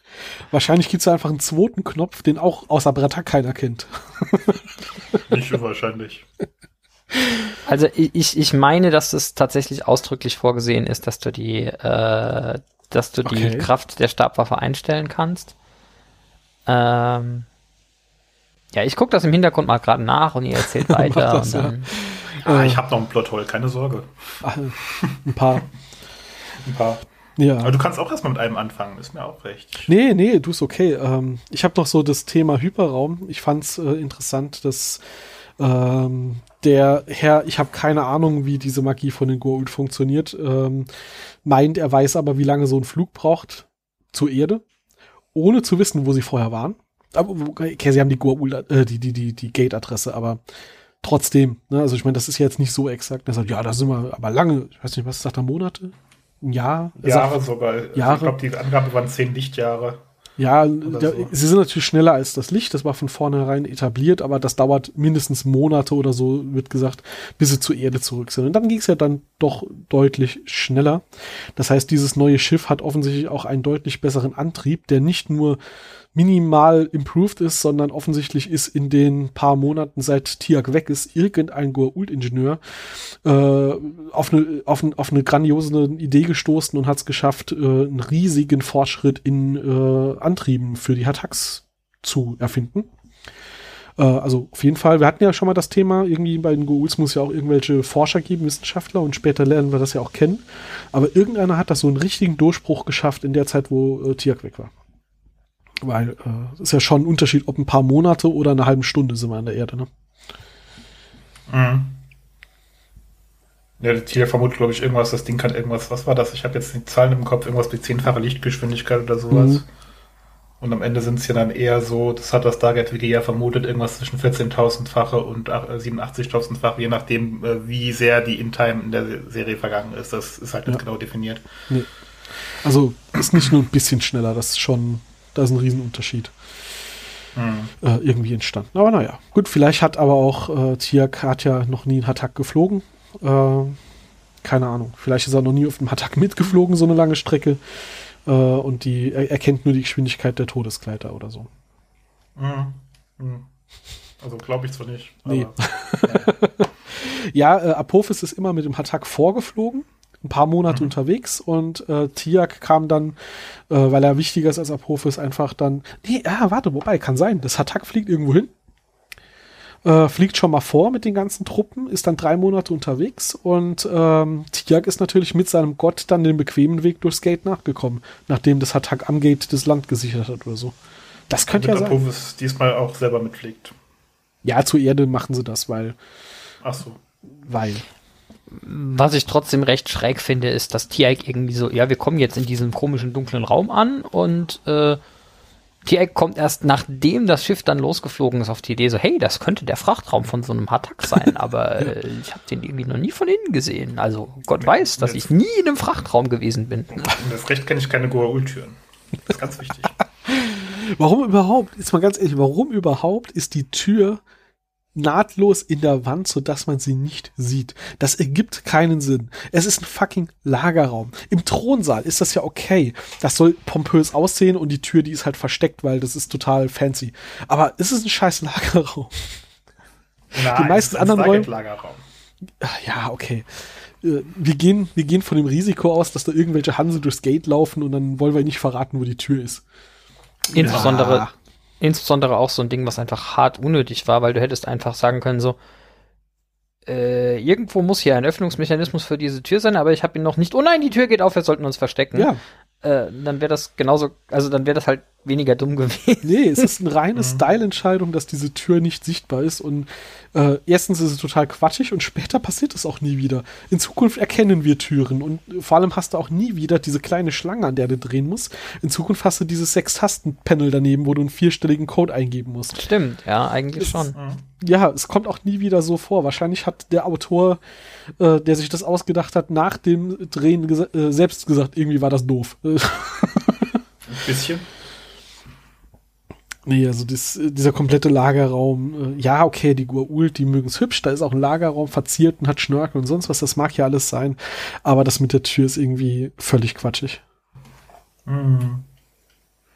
Wahrscheinlich gibt es einfach einen zweiten Knopf, den auch außer Bretter keiner kennt. Nicht unwahrscheinlich. Also ich, ich meine, dass es tatsächlich ausdrücklich vorgesehen ist, dass du die, äh, dass du die Okay. Kraft der Stabwaffe einstellen kannst. Ähm, ja, ich gucke das im Hintergrund mal gerade nach und ihr erzählt weiter. das, und dann, Ah, Äh. ich habe noch ein Plothole, keine Sorge. Ach, ein paar. Ein paar. Ja. Aber du kannst auch erstmal mit einem anfangen, ist mir auch recht. Nee, nee, du ist okay. Ähm, ich habe noch so das Thema Hyperraum. Ich fand's äh, interessant, dass ähm, der Herr, ich habe keine Ahnung, wie diese Magie von den Goa'uld funktioniert, ähm, meint, er weiß aber, wie lange so ein Flug braucht zur Erde, ohne zu wissen, wo sie vorher waren. Aber okay, sie haben die Goa'uld, äh, die, die, die, die Gate-Adresse, aber trotzdem, ne? Also ich meine, das ist ja jetzt nicht so exakt. Er sagt, ja, da sind wir aber lange, ich weiß nicht, was sagt er, Monate? Ein Jahr? Er Jahre sagt, sogar. Also Jahre. Ich glaube, die Angabe waren zehn Lichtjahre. Ja, Oder da, so. sie sind natürlich schneller als das Licht, das war von vornherein etabliert, aber das dauert mindestens Monate oder so, wird gesagt, bis sie zur Erde zurück sind. Und dann ging es ja dann doch deutlich schneller. Das heißt, dieses neue Schiff hat offensichtlich auch einen deutlich besseren Antrieb, der nicht nur minimal improved ist, sondern offensichtlich ist in den paar Monaten, seit Tiag weg ist, irgendein Goa'uld-Ingenieur äh, auf eine auf, ein, auf eine grandiose Idee gestoßen und hat es geschafft, äh, einen riesigen Fortschritt in äh, Antrieben für die Hattacks zu erfinden. Äh, also auf jeden Fall, wir hatten ja schon mal das Thema, irgendwie bei den Goa'ulds muss ja auch irgendwelche Forscher geben, Wissenschaftler, und später lernen wir das ja auch kennen. Aber irgendeiner hat das so einen richtigen Durchbruch geschafft in der Zeit, wo äh, Tiag weg war. Weil äh, es ist ja schon ein Unterschied, ob ein paar Monate oder eine halbe Stunde sind wir an der Erde, ne? Mhm. Ja, der Tier vermutet, glaube ich, irgendwas, das Ding kann irgendwas, was war das? Ich habe jetzt die Zahlen im Kopf, irgendwas wie zehnfache Lichtgeschwindigkeit oder sowas. Mhm. Und am Ende sind es ja dann eher so, das hat das Stargate-Wiki ja vermutet, irgendwas zwischen vierzehntausendfache und siebenundachtzigtausendfache, je nachdem, äh, wie sehr die In-Time in der Serie vergangen ist. Das ist halt nicht Ja. genau definiert. Nee. Also ist nicht nur ein bisschen schneller, das ist schon, da ist ein Riesenunterschied Mhm. äh, irgendwie entstanden. Aber naja, gut, vielleicht hat aber auch äh, Tiag hat ja noch nie einen Hattack geflogen. Äh, keine Ahnung. Vielleicht ist er noch nie auf einem Hattack mitgeflogen, so eine lange Strecke. Äh, und die er, er kennt nur die Geschwindigkeit der Todeskleider oder so. Mhm. Mhm. Also glaube ich zwar nicht. Nee. Aber, Ja, äh, Apophis ist immer mit dem Hattack vorgeflogen, ein paar Monate Mhm. unterwegs, und äh, Tiag kam dann, äh, weil er wichtiger ist als Apophis, einfach dann, nee, ah, warte, wobei, kann sein, das Hattack fliegt irgendwo hin, äh, fliegt schon mal vor mit den ganzen Truppen, ist dann drei Monate unterwegs, und ähm, Tiag ist natürlich mit seinem Gott dann den bequemen Weg durchs Gate nachgekommen, nachdem das Hattack am Gate das Land gesichert hat oder so. Das könnte ja damit sein. Apophis diesmal auch selber mitfliegt. Ja, zur Erde machen sie das, weil, Ach so. weil. was ich trotzdem recht schräg finde, ist, dass Tiag irgendwie so, ja, wir kommen jetzt in diesem komischen dunklen Raum an und äh, Tiag kommt erst nachdem das Schiff dann losgeflogen ist auf die Idee, so, hey, das könnte der Frachtraum von so einem Hattack sein, aber äh, ich habe den irgendwie noch nie von innen gesehen. Also Gott weiß, dass ich nie in einem Frachtraum gewesen bin. Und das Recht kenne ich keine Goa'uld-Türen. Das ist ganz wichtig. Warum überhaupt, jetzt mal ganz ehrlich, warum überhaupt ist die Tür nahtlos in der Wand, sodass man sie nicht sieht? Das ergibt keinen Sinn. Es ist ein fucking Lagerraum. Im Thronsaal ist das ja okay. Das soll pompös aussehen und die Tür, die ist halt versteckt, weil das ist total fancy. Aber es ist ein scheiß Lagerraum. Nein, Die meisten es ist ein anderen Räume- Stargate-Lagerraum. Ja, okay. Äh, Wir gehen, wir gehen von dem Risiko aus, dass da irgendwelche Hanse durchs Gate laufen, und dann wollen wir nicht verraten, wo die Tür ist. Insbesondere, Ja. insbesondere auch so ein Ding, was einfach hart unnötig war, weil du hättest einfach sagen können, so, äh, irgendwo muss hier ein Öffnungsmechanismus für diese Tür sein, aber ich habe ihn noch nicht, oh nein, die Tür geht auf, wir sollten uns verstecken. Ja. Äh, dann wäre das genauso, also dann wäre das halt weniger dumm gewesen. Nee, es ist eine reine Mhm. Style-Entscheidung, dass diese Tür nicht sichtbar ist, und äh, erstens ist es total quatschig und später passiert es auch nie wieder. In Zukunft erkennen wir Türen, und vor allem hast du auch nie wieder diese kleine Schlange, an der du drehen musst. In Zukunft hast du dieses Sechs-Tasten-Panel daneben, wo du einen vierstelligen Code eingeben musst. Stimmt, ja, eigentlich Das- schon. Mhm. Ja, es kommt auch nie wieder so vor. Wahrscheinlich hat der Autor, äh, der sich das ausgedacht hat, nach dem Drehen gesa- äh, selbst gesagt, irgendwie war das doof. Ein bisschen. Nee, also das, dieser komplette Lagerraum, äh, ja, okay, die Goa'uld, die mögen es hübsch, da ist auch ein Lagerraum verziert und hat Schnörkel und sonst was, das mag ja alles sein, aber das mit der Tür ist irgendwie völlig quatschig. Mhm.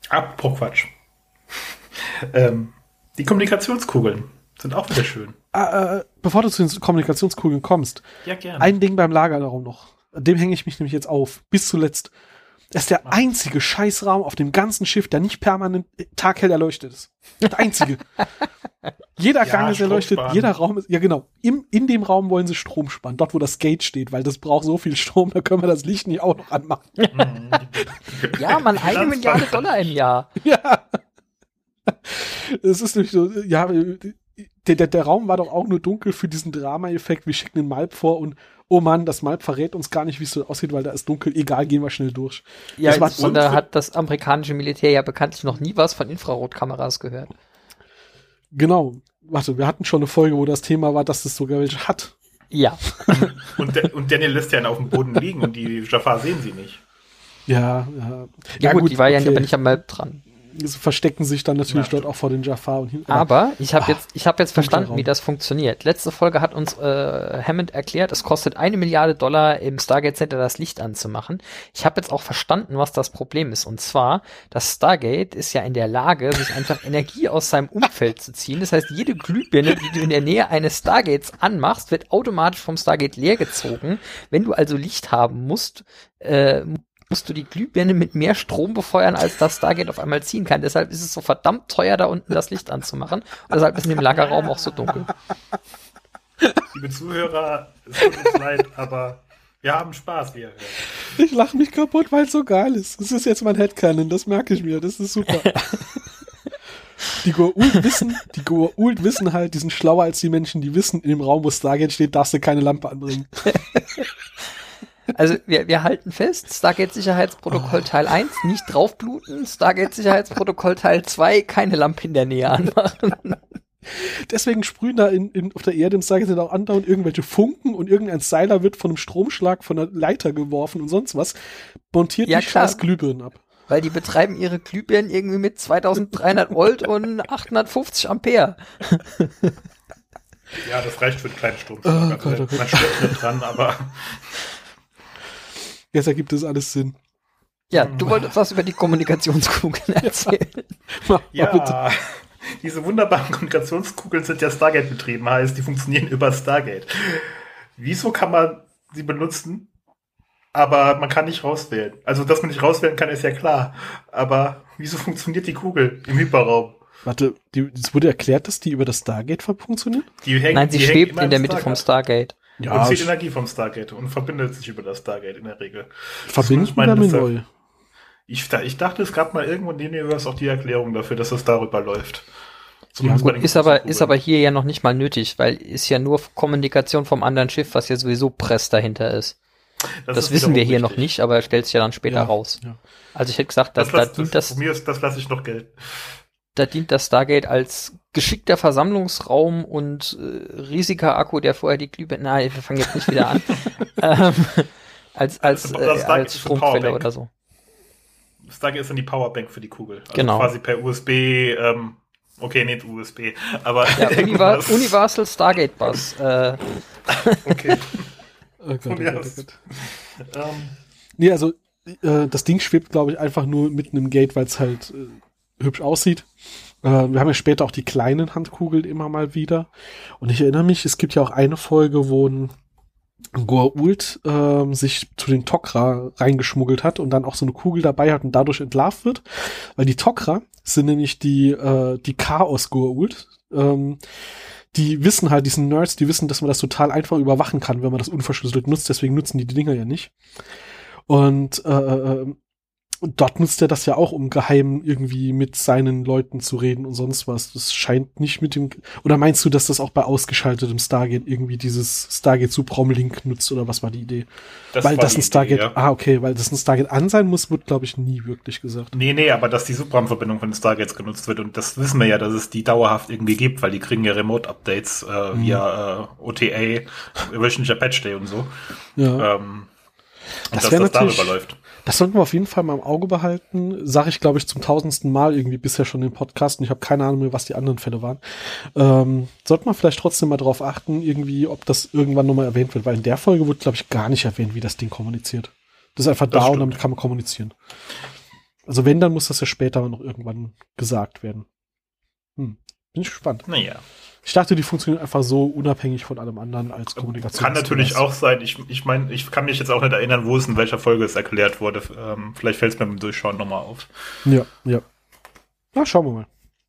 Apropos Quatsch. ähm, die Kommunikationskugeln sind auch wieder schön. Ah, äh, bevor du zu den Kommunikationskugeln kommst, Ja, gerne. ein Ding beim Lagerraum noch. Dem hänge ich mich nämlich jetzt auf. Bis zuletzt. Das ist der einzige Scheißraum auf dem ganzen Schiff, der nicht permanent taghell erleuchtet ist. Der einzige. Jeder Ja, Gang ist Strom erleuchtet, sparen. jeder Raum ist, ja genau, Im, in dem Raum wollen sie Strom sparen, dort wo das Gate steht, weil das braucht so viel Strom, da können wir das Licht nicht auch noch anmachen. Ja, man, eine Milliarde Dollar im Jahr. Ja. Es ist nämlich so, ja, der, der, der Raum war doch auch nur dunkel für diesen Drama-Effekt, wir schicken den Malp vor und oh Mann, das Malp verrät uns gar nicht, wie es so aussieht, weil da ist dunkel, egal, gehen wir schnell durch. Ja, Das war- insbesondere hat das amerikanische Militär ja bekanntlich noch nie was von Infrarotkameras gehört. Genau. Warte, wir hatten schon eine Folge, wo das Thema war, dass es sogar welche hat. Ja. Und, der, und Daniel lässt ja einen auf dem Boden liegen und die Jafar sehen sie nicht. Ja, ja. Ja, gut, die war ja okay. aber nicht am Malp dran. Sie verstecken sich dann natürlich Ja. dort auch vor den Jafar und hin. Aber ich habe Ah, jetzt, ich habe jetzt verstanden, Raum. wie das funktioniert. Letzte Folge hat uns äh, Hammond erklärt, es kostet eine Milliarde Dollar im Stargate Center das Licht anzumachen. Ich habe jetzt auch verstanden, was das Problem ist. Und zwar, das Stargate ist ja in der Lage, sich einfach Energie aus seinem Umfeld zu ziehen. Das heißt, jede Glühbirne, die du in der Nähe eines Stargates anmachst, wird automatisch vom Stargate leergezogen. Wenn du also Licht haben musst, äh, musst du die Glühbirne mit mehr Strom befeuern, als das Stargate auf einmal ziehen kann. Deshalb ist es so verdammt teuer, da unten das Licht anzumachen. Und deshalb ist in dem Lagerraum auch so dunkel. Liebe Zuhörer, es tut uns leid, aber wir haben Spaß, wie ihr hört. Ich lache mich kaputt, weil es so geil ist. Das ist jetzt mein Headcanon, das merke ich mir, das ist super. Die Goa'uld wissen, die Goa'uld wissen halt, die sind schlauer als die Menschen, die wissen, in dem Raum, wo Stargate steht, darfst du keine Lampe anbringen. Also wir, wir halten fest, Stargate-Sicherheitsprotokoll Teil eins, nicht draufbluten, Stargate-Sicherheitsprotokoll Teil zwei, keine Lampe in der Nähe anmachen. Deswegen sprühen da in, in, auf der Erde im Stargate auch andauernd irgendwelche Funken und irgendein Seiler wird von einem Stromschlag von einer Leiter geworfen und sonst was. Montiert Ja, die klar. scheiß Glühbirnen ab. Weil die betreiben ihre Glühbirnen irgendwie mit zweitausenddreihundert Volt und achthundertfünfzig Ampere. Ja, das reicht für einen kleinen Sturm. Oh also, Gott, oh Gott. Man stirbt nicht dran, aber Jetzt ergibt es alles Sinn. Ja, du wolltest was über die Kommunikationskugeln erzählen. Mach mal bitte. ja, diese wunderbaren Kommunikationskugeln sind ja Stargate betrieben, heißt, die funktionieren über Stargate. Wieso kann man sie benutzen, aber man kann nicht rauswählen? Also, dass man nicht rauswählen kann, ist ja klar. Aber wieso funktioniert die Kugel im Hyperraum? Warte, die, es wurde erklärt, dass die über das Stargate funktionieren? Die hängt, Nein, sie die hängt schwebt immer in der im Mitte vom Stargate. Stargate. Und zieht Energie vom Stargate und verbindet sich über das Stargate in der Regel. verbinden meine oder Liste. neu? Ich, ich dachte, es gab mal irgendwo in dem Universe auch die Erklärung dafür, dass das darüber läuft. Ja, bei den Ist aber, großen ist Kugeln. aber hier ja noch nicht mal nötig, weil ist ja nur Kommunikation vom anderen Schiff, was ja sowieso Press dahinter ist. Das, ist wissen wir wiederum hier noch richtig. nicht, aber stellt sich ja dann später Ja, raus. ja. Also ich hätte gesagt, dass Das, da lass, dient das, das, von mir ist, das lasse ich noch gelten. da dient das Stargate als geschickter Versammlungsraum und äh, riesiger Akku, der vorher die Glühbirne, nein, wir fangen jetzt nicht wieder an, ähm, als, als, Das äh, Stargate als ist eine Stromquelle Powerbank. oder so. Stargate ist dann die Powerbank für die Kugel. Also Genau. quasi per U S B, ähm, okay, nicht U S B, aber Ja, Univer irgendwas. Universal Stargate Bus. Äh, Okay. Oh Gott, oh Von Gott, mir oh aus. Gott. ähm, Nee, also äh, das Ding schwebt, glaube ich, einfach nur mitten im Gate, weil es halt äh, hübsch aussieht. Äh, wir haben ja später auch die kleinen Handkugeln immer mal wieder. Und ich erinnere mich, es gibt ja auch eine Folge, wo ein Goa'uld ähm, sich zu den Tok'ra reingeschmuggelt hat und dann auch so eine Kugel dabei hat und dadurch entlarvt wird. Weil die Tok'ra sind nämlich die, äh, die Chaos-Goa'uld. Ähm, die wissen halt, diesen Nerds, die wissen, dass man das total einfach überwachen kann, wenn man das unverschlüsselt nutzt. Deswegen nutzen die die Dinger ja nicht. Und, äh, und dort nutzt er das ja auch, um geheim irgendwie mit seinen Leuten zu reden und sonst was. Das scheint nicht mit dem... Oder meinst du, dass das auch bei ausgeschaltetem Stargate irgendwie dieses Stargate-Subraum-Link nutzt? Oder was war die Idee? das weil war das die ein Stargate... Idee, ja. Ah, okay, weil das ein Stargate an sein muss, wird, glaube ich, nie wirklich gesagt. Nee, nee, aber dass die Subraumverbindung von den Stargates genutzt wird und das wissen wir ja, dass es die dauerhaft irgendwie gibt, weil die kriegen ja Remote-Updates äh, Mhm. via äh, O T A, wöchentlicher Patch Day und so. Ja. Ähm, und Das dass wär das natürlich- darüber läuft. Das sollten wir auf jeden Fall mal im Auge behalten. Sage ich, glaube ich, zum tausendsten Mal irgendwie bisher schon im Podcast. Und ich habe keine Ahnung mehr, was die anderen Fälle waren. Ähm, sollte man vielleicht trotzdem mal drauf achten, irgendwie, ob das irgendwann nochmal erwähnt wird. Weil in der Folge wird, glaube ich, gar nicht erwähnt, wie das Ding kommuniziert. Das ist einfach Das da und stimmt. damit kann man kommunizieren. Also wenn, dann muss das ja später noch irgendwann gesagt werden. Hm. Bin ich gespannt. Naja. Ich dachte, die funktionieren einfach so unabhängig von allem anderen als Kommunikation. Kann natürlich auch sein. Ich, ich meine, ich kann mich jetzt auch nicht erinnern, wo es in welcher Folge es erklärt wurde. Ähm, vielleicht fällt es mir beim Durchschauen nochmal auf. Ja, ja. Na, schauen wir mal.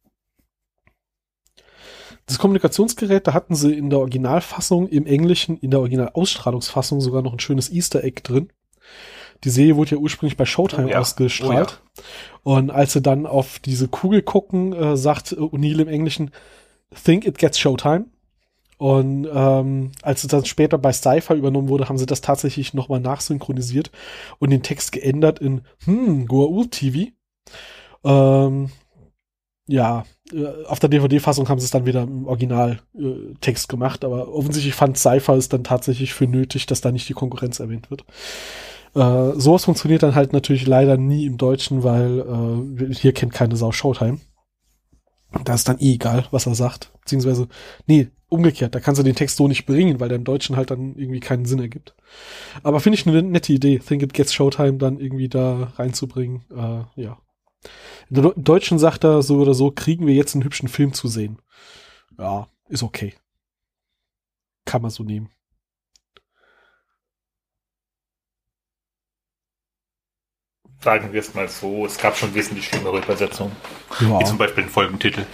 Das Kommunikationsgerät, da hatten sie in der Originalfassung, im Englischen, in der Originalausstrahlungsfassung sogar noch ein schönes Easter Egg drin. Die Serie wurde ja ursprünglich bei Showtime oh ja. ausgestrahlt. Oh ja. Und als sie dann auf diese Kugel gucken, äh, sagt O'Neill im Englischen, think it gets Showtime. Und ähm, als es dann später bei Sci-Fi übernommen wurde, haben sie das tatsächlich nochmal nachsynchronisiert und den Text geändert in hm, Goa'uld-T V. Ähm, ja, äh, auf der D V D-Fassung haben sie es dann wieder im Originaltext äh, gemacht, aber offensichtlich fand Sci-Fi es dann tatsächlich für nötig, dass da nicht die Konkurrenz erwähnt wird. Äh, sowas funktioniert dann halt natürlich leider nie im Deutschen, weil äh, hier kennt keine Sau Showtime. Da ist dann eh egal, was er sagt. Beziehungsweise, nee, umgekehrt, da kannst du den Text so nicht bringen, weil der im Deutschen halt dann irgendwie keinen Sinn ergibt. Aber finde ich eine nette Idee, Think It Gets Showtime dann irgendwie da reinzubringen. Äh, ja. Im Deutschen sagt er so oder so, kriegen wir jetzt einen hübschen Film zu sehen. Ja, ist okay. Kann man so nehmen. Sagen wir es mal so, es gab schon wesentlich schlimmere Übersetzungen. Ja. Wie zum Beispiel den Folgentitel.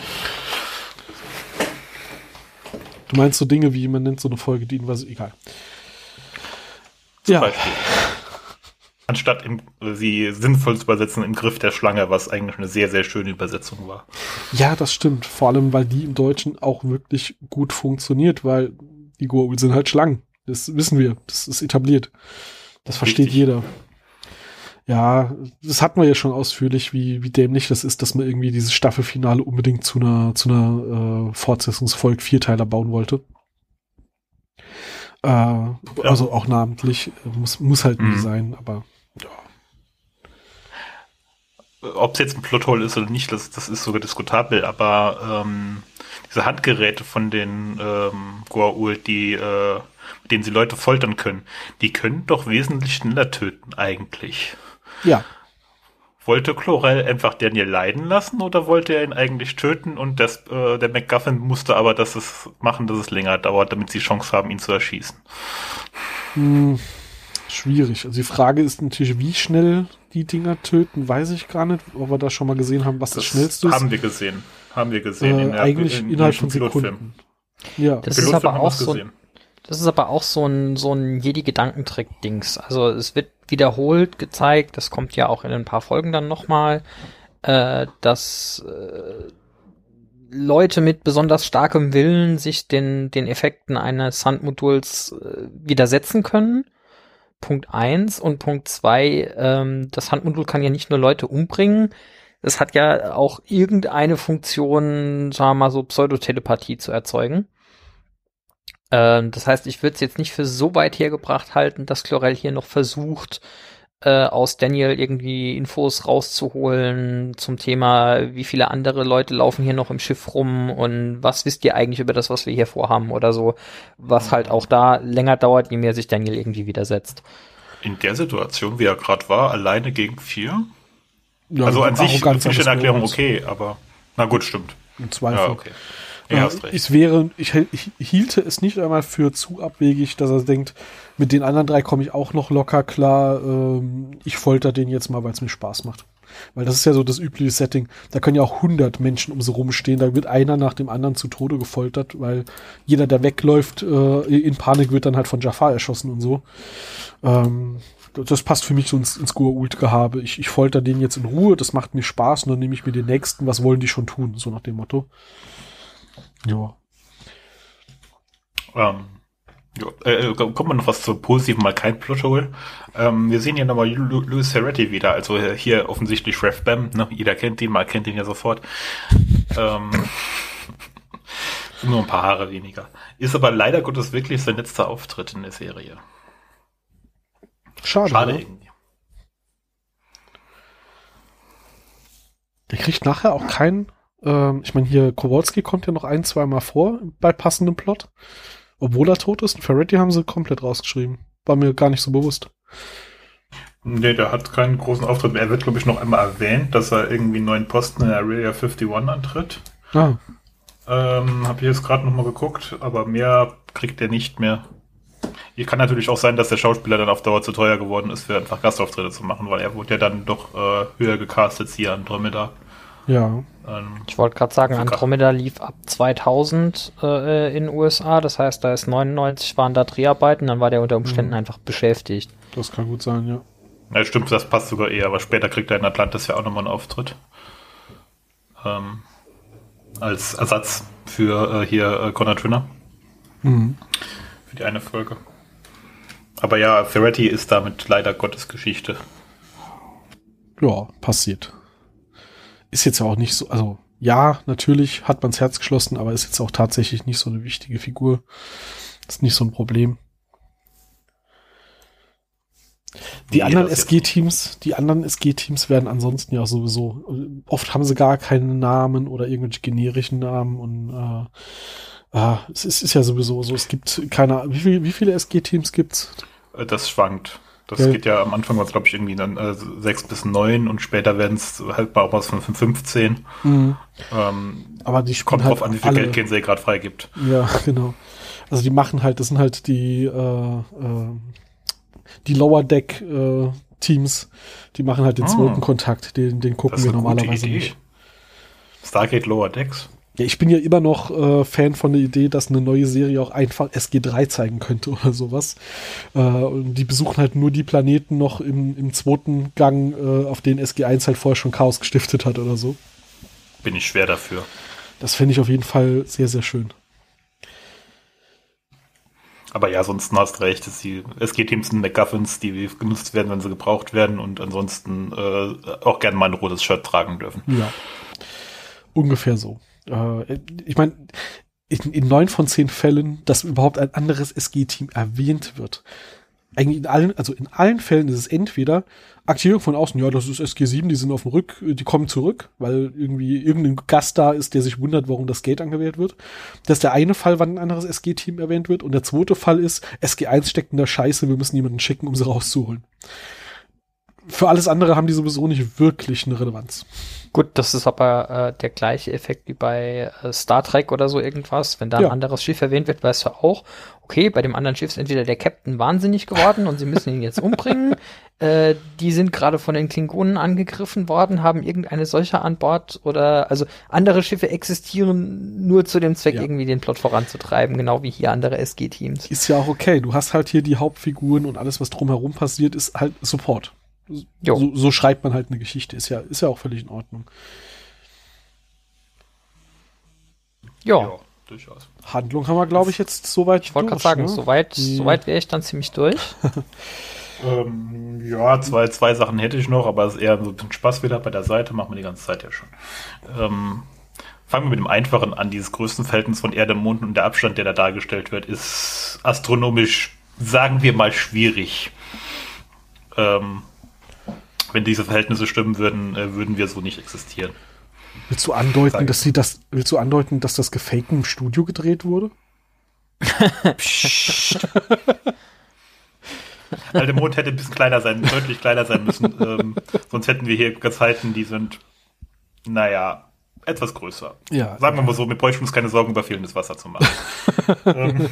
Du meinst so Dinge wie, man nennt so eine Folge, die was egal. Zum ja. Beispiel. Anstatt im, sie sinnvoll zu übersetzen, im Griff der Schlange, was eigentlich eine sehr, sehr schöne Übersetzung war. Ja, das stimmt. Vor allem, weil die im Deutschen auch wirklich gut funktioniert, weil die Goa'uld sind halt Schlangen. Das wissen wir. Das ist etabliert. Das versteht Richtig. jeder. Ja, das hatten wir ja schon ausführlich, wie, wie dämlich das ist, dass man irgendwie dieses Staffelfinale unbedingt zu einer, zu einer äh, Fortsetzungsfolge Vierteiler bauen wollte. Äh, ja. Also auch namentlich. Muss, muss halt nie mhm. sein, aber ja. Ob es jetzt ein Plothole ist oder nicht, das, das ist sogar diskutabel, aber ähm, diese Handgeräte von den ähm, Goa'uld, die, äh, mit denen sie Leute foltern können, die können doch wesentlich schneller töten eigentlich. Ja. Wollte Chlorel einfach Daniel leiden lassen oder wollte er ihn eigentlich töten und das, äh, der MacGuffin musste aber dass es machen, dass es länger dauert, damit sie Chance haben, ihn zu erschießen? Hm, schwierig. Also die Frage ist natürlich, wie schnell die Dinger töten, weiß ich gar nicht, ob wir da schon mal gesehen haben, was das, das Schnellste ist. Haben wir gesehen. Haben wir gesehen. Äh, in der, eigentlich in, innerhalb in von Sekunden. Ja. Das ist aber auch so ein Das ist aber auch so ein, so ein Jedi-Gedankentrick-Dings. Also es wird wiederholt gezeigt, das kommt ja auch in ein paar Folgen dann nochmal, äh, dass äh, Leute mit besonders starkem Willen sich den, den Effekten eines Handmoduls äh, widersetzen können. Punkt eins und Punkt zwei, ähm, das Handmodul kann ja nicht nur Leute umbringen, es hat ja auch irgendeine Funktion, sagen wir mal so, Pseudotelepathie zu erzeugen. Das heißt, ich würde es jetzt nicht für so weit hergebracht halten, dass Chlorel hier noch versucht, äh, aus Daniel irgendwie Infos rauszuholen zum Thema, wie viele andere Leute laufen hier noch im Schiff rum und was wisst ihr eigentlich über das, was wir hier vorhaben oder so, was halt auch da länger dauert, je mehr sich Daniel irgendwie widersetzt. In der Situation, wie er gerade war, alleine gegen vier? Ja, also an sich finde ich eine eine Erklärung okay, aber na gut, stimmt. Im Zweifel. Ja, okay. Ja, hast recht. Es wäre, ich, ich hielte es nicht einmal für zu abwegig, dass er denkt, mit den anderen drei komme ich auch noch locker klar, ähm, ich folter den jetzt mal, weil es mir Spaß macht. Weil das ist ja so das übliche Setting. Da können ja auch hundert Menschen um so rumstehen, da wird einer nach dem anderen zu Tode gefoltert, weil jeder, der wegläuft, äh, in Panik wird dann halt von Jafar erschossen und so. Ähm, das passt für mich so ins, ins Goa'uld-Gehabe. Ich, ich folter den jetzt in Ruhe, das macht mir Spaß und dann nehme ich mir den nächsten, was wollen die schon tun, so nach dem Motto. Ja. Ähm, ja. Äh, kommt man noch was zu Positiven, mal kein Plothole. Ähm, wir sehen hier nochmal Louis Ferretti wieder, also hier offensichtlich Rev Bam, ne? Jeder kennt ihn, mal kennt ihn ja sofort. ähm, nur ein paar Haare weniger. Ist aber leider Gottes wirklich sein letzter Auftritt in der Serie. Schade. Schade ne? irgendwie. Der kriegt nachher auch keinen. Ich meine, hier Kowalski kommt ja noch ein, zwei Mal vor bei passendem Plot. Obwohl er tot ist. Ferretti haben sie komplett rausgeschrieben. War mir gar nicht so bewusst. Nee, der hat keinen großen Auftritt mehr. Er wird, glaube ich, noch einmal erwähnt, dass er irgendwie einen neuen Posten in Area einundfünfzig antritt. Ah. Ähm, hab ich jetzt gerade nochmal geguckt, aber mehr kriegt er nicht mehr. Hier kann natürlich auch sein, dass der Schauspieler dann auf Dauer zu teuer geworden ist, für einfach Gastauftritte zu machen, weil er wurde ja dann doch äh, höher gecastet hier, Andromeda. Ja. Ähm, Ich wollte gerade sagen, Sogar. Andromeda lief ab zweitausend äh, in den U S A, das heißt, da ist neunundneunzig waren da Dreharbeiten, dann war der unter Umständen Mhm. einfach beschäftigt. Das kann gut sein, ja. ja, stimmt, das passt sogar eher, aber später kriegt er in Atlantis ja auch nochmal einen Auftritt. Ähm, als Ersatz für äh, hier äh, Connor Trinner. Mhm. Für die eine Folge. Aber ja, Ferretti ist damit leider Gottes Geschichte. Ja, passiert. Ist jetzt ja auch nicht so, also ja, natürlich hat man's Herz geschlossen, aber ist jetzt auch tatsächlich nicht so eine wichtige Figur. Ist nicht so ein Problem. Die Wie anderen das jetzt- S G-Teams, die anderen S G-Teams werden ansonsten ja auch sowieso, oft haben sie gar keinen Namen oder irgendwelche generischen Namen und äh, ah, es ist, ist ja sowieso so, es gibt keine, wie, viel, wie viele S G-Teams gibt's? Äh, Das schwankt. Das Ja. geht ja am Anfang, was glaube ich, irgendwie dann äh, sechs bis neun und später werden es halt mal auch was von fünfzehn. Mhm. Ähm, Aber die kommt spielen drauf an, wie viel alle- Geld Kinsey gerade freigibt. Ja, genau. Also die machen halt, das sind halt die äh, äh, die Lower Deck äh, Teams, die machen halt den Ah. zweiten Kontakt, den, den gucken Das ist wir eine gute normalerweise Idee. nicht. Stargate Lower Decks. Ja, ich bin ja immer noch äh, Fan von der Idee, dass eine neue Serie auch einfach S G drei zeigen könnte oder sowas. Äh, und die besuchen halt nur die Planeten noch im, im zweiten Gang, äh, auf denen S G eins halt vorher schon Chaos gestiftet hat oder so. Bin ich schwer dafür. Das fände ich auf jeden Fall sehr, sehr schön. Aber ja, ansonsten hast du recht. dass Die S G-Teams sind MacGuffins, die genutzt werden, wenn sie gebraucht werden und ansonsten äh, auch gerne mal ein rotes Shirt tragen dürfen. Ja. Ungefähr so. Äh, ich meine, in, in neun von zehn Fällen, dass überhaupt ein anderes S G-Team erwähnt wird. Eigentlich in allen, also in allen Fällen ist es entweder Aktivierung von außen, ja, das ist S G sieben, die sind auf dem Rück, die kommen zurück, weil irgendwie irgendein Gast da ist, der sich wundert, warum das Gate angewählt wird. Das ist der eine Fall, wann ein anderes S G-Team erwähnt wird. Und der zweite Fall ist, S G eins steckt in der Scheiße, wir müssen jemanden schicken, um sie rauszuholen. Für alles andere haben die sowieso nicht wirklich eine Relevanz. Gut, das ist aber äh, der gleiche Effekt wie bei äh, Star Trek oder so irgendwas. Wenn da ein Ja. anderes Schiff erwähnt wird, weißt du auch, okay, bei dem anderen Schiff ist entweder der Captain wahnsinnig geworden und sie müssen ihn jetzt umbringen. äh, die sind gerade von den Klingonen angegriffen worden, haben irgendeine Seuche an Bord oder, also andere Schiffe existieren nur zu dem Zweck, Ja. irgendwie den Plot voranzutreiben, genau wie hier andere S G-Teams. Ist ja auch okay. Du hast halt hier die Hauptfiguren und alles, was drumherum passiert, ist halt Support. Jo. So, so schreibt man halt eine Geschichte. Ist ja, ist ja auch völlig in Ordnung. Ja, durchaus. Handlung haben wir, glaube ich, jetzt soweit. ich wollte gerade durch, sagen, ne? soweit, Die- soweit wäre ich dann ziemlich durch. Ähm, ja, zwei, zwei Sachen hätte ich noch, aber es ist eher so ein bisschen Spaß wieder bei der Seite, machen wir die ganze Zeit ja schon. Ähm, fangen wir mit dem Einfachen an. Dieses Größenverhältnis von Erde, Mond und der Abstand, der da dargestellt wird, ist astronomisch, sagen wir mal, schwierig. Ähm, wenn diese Verhältnisse stimmen würden, äh, würden wir so nicht existieren. Willst du andeuten, Sag- dass sie das, willst du andeuten, dass das gefaked im Studio gedreht wurde? Weil der Mond hätte ein bisschen kleiner sein, deutlich kleiner sein müssen. Ähm, sonst hätten wir hier Gezeiten, die sind, naja, etwas größer. Ja. Sagen wir mal so, wir bräuchten uns keine Sorgen über fehlendes Wasser zu machen. ähm,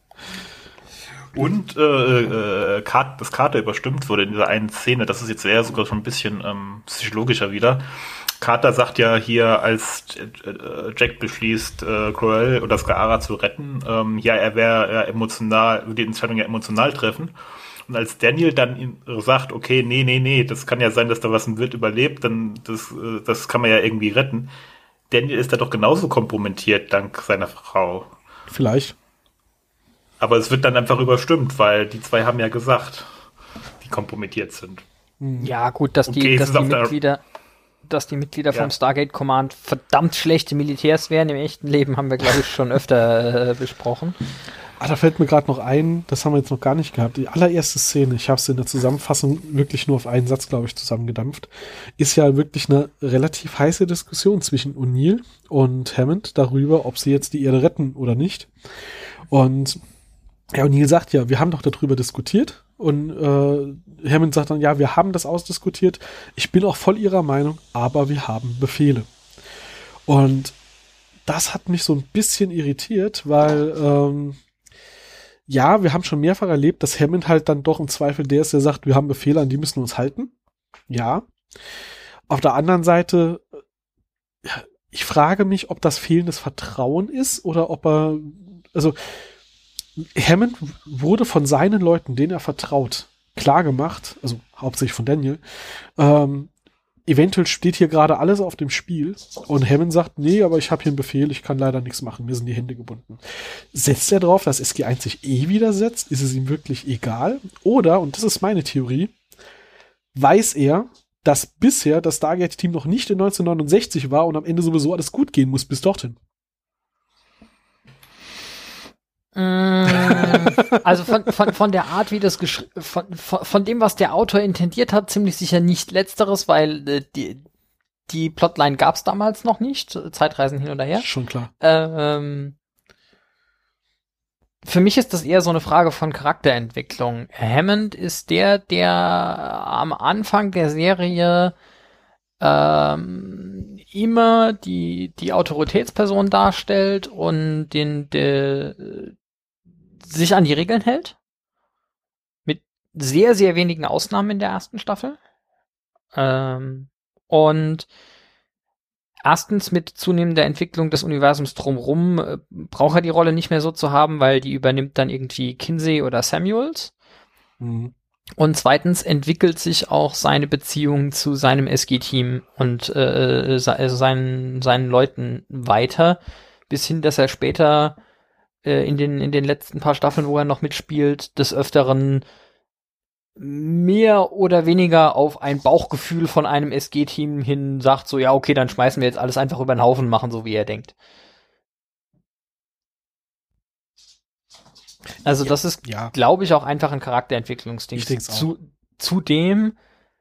und äh, äh, Kat, dass Carter überstimmt wurde in dieser einen Szene, das ist jetzt eher sogar schon ein bisschen ähm, psychologischer wieder. Carter sagt ja hier, als äh, Jack beschließt, äh, Croel oder Skara zu retten, ähm, ja, er wäre ja emotional, würde die Entscheidung ja emotional treffen. Und als Daniel dann ihn sagt, okay, nee, nee, nee, das kann ja sein, dass da was ein Wirt überlebt, dann das, äh, das kann man ja irgendwie retten. Daniel ist da doch genauso kompromittiert dank seiner Frau. Vielleicht. Aber es wird dann einfach überstimmt, weil die zwei haben ja gesagt, die kompromittiert sind. Ja, gut, dass die, Okay, es dass ist die auf der- Mitglieder, dass die Mitglieder Ja. vom Stargate Command verdammt schlechte Militärs wären im echten Leben, haben wir, glaube ich, schon öfter äh, besprochen. Ah, da fällt mir gerade noch ein, das haben wir jetzt noch gar nicht gehabt. Die allererste Szene, ich habe es in der Zusammenfassung wirklich nur auf einen Satz, glaube ich, zusammengedampft, ist ja wirklich eine relativ heiße Diskussion zwischen O'Neill und Hammond darüber, ob sie jetzt die Erde retten oder nicht. Und Ja, und Neil sagt ja, wir haben doch darüber diskutiert. Und äh, Hammond sagt dann, ja, wir haben das ausdiskutiert. Ich bin auch voll ihrer Meinung, aber wir haben Befehle. Und das hat mich so ein bisschen irritiert, weil ähm, ja, wir haben schon mehrfach erlebt, dass Hammond halt dann doch im Zweifel der ist, der sagt, wir haben Befehle, an die müssen wir uns halten. Ja. Auf der anderen Seite, ich frage mich, ob das fehlendes Vertrauen ist oder ob er, also Hammond wurde von seinen Leuten, denen er vertraut, klar gemacht, also hauptsächlich von Daniel, ähm, eventuell steht hier gerade alles auf dem Spiel und Hammond sagt, nee, aber ich habe hier einen Befehl, ich kann leider nichts machen, mir sind die Hände gebunden. Setzt er drauf, dass S G eins sich eh widersetzt? Ist es ihm wirklich egal? Oder, und das ist meine Theorie, weiß er, dass bisher das Stargate-Team noch nicht in neunzehnhundertneunundsechzig war und am Ende sowieso alles gut gehen muss bis dorthin. Also von, von, von der Art, wie das gesch- von, von, von dem, was der Autor intendiert hat, ziemlich sicher nicht Letzteres, weil äh, die, die Plotline gab es damals noch nicht, Zeitreisen hin oder her. Schon klar. Ähm, für mich ist das eher so eine Frage von Charakterentwicklung. Hammond ist der, der am Anfang der Serie ähm, immer die, die Autoritätsperson darstellt und den, de, sich an die Regeln hält. Mit sehr, sehr wenigen Ausnahmen in der ersten Staffel. Ähm, und erstens mit zunehmender Entwicklung des Universums drumherum äh, braucht er die Rolle nicht mehr so zu haben, weil die übernimmt dann irgendwie Kinsey oder Samuels. Mhm. Und zweitens entwickelt sich auch seine Beziehung zu seinem S G-Team und äh, se- seinen, seinen Leuten weiter, bis hin, dass er später äh, in den in den letzten paar Staffeln, wo er noch mitspielt, des Öfteren mehr oder weniger auf ein Bauchgefühl von einem S G-Team hin sagt, so, ja, okay, dann schmeißen wir jetzt alles einfach über den Haufen und machen so, wie er denkt. Also das ist, Ja. glaube ich, auch einfach ein Charakterentwicklungsding. Ich denk's auch. Zu, zudem,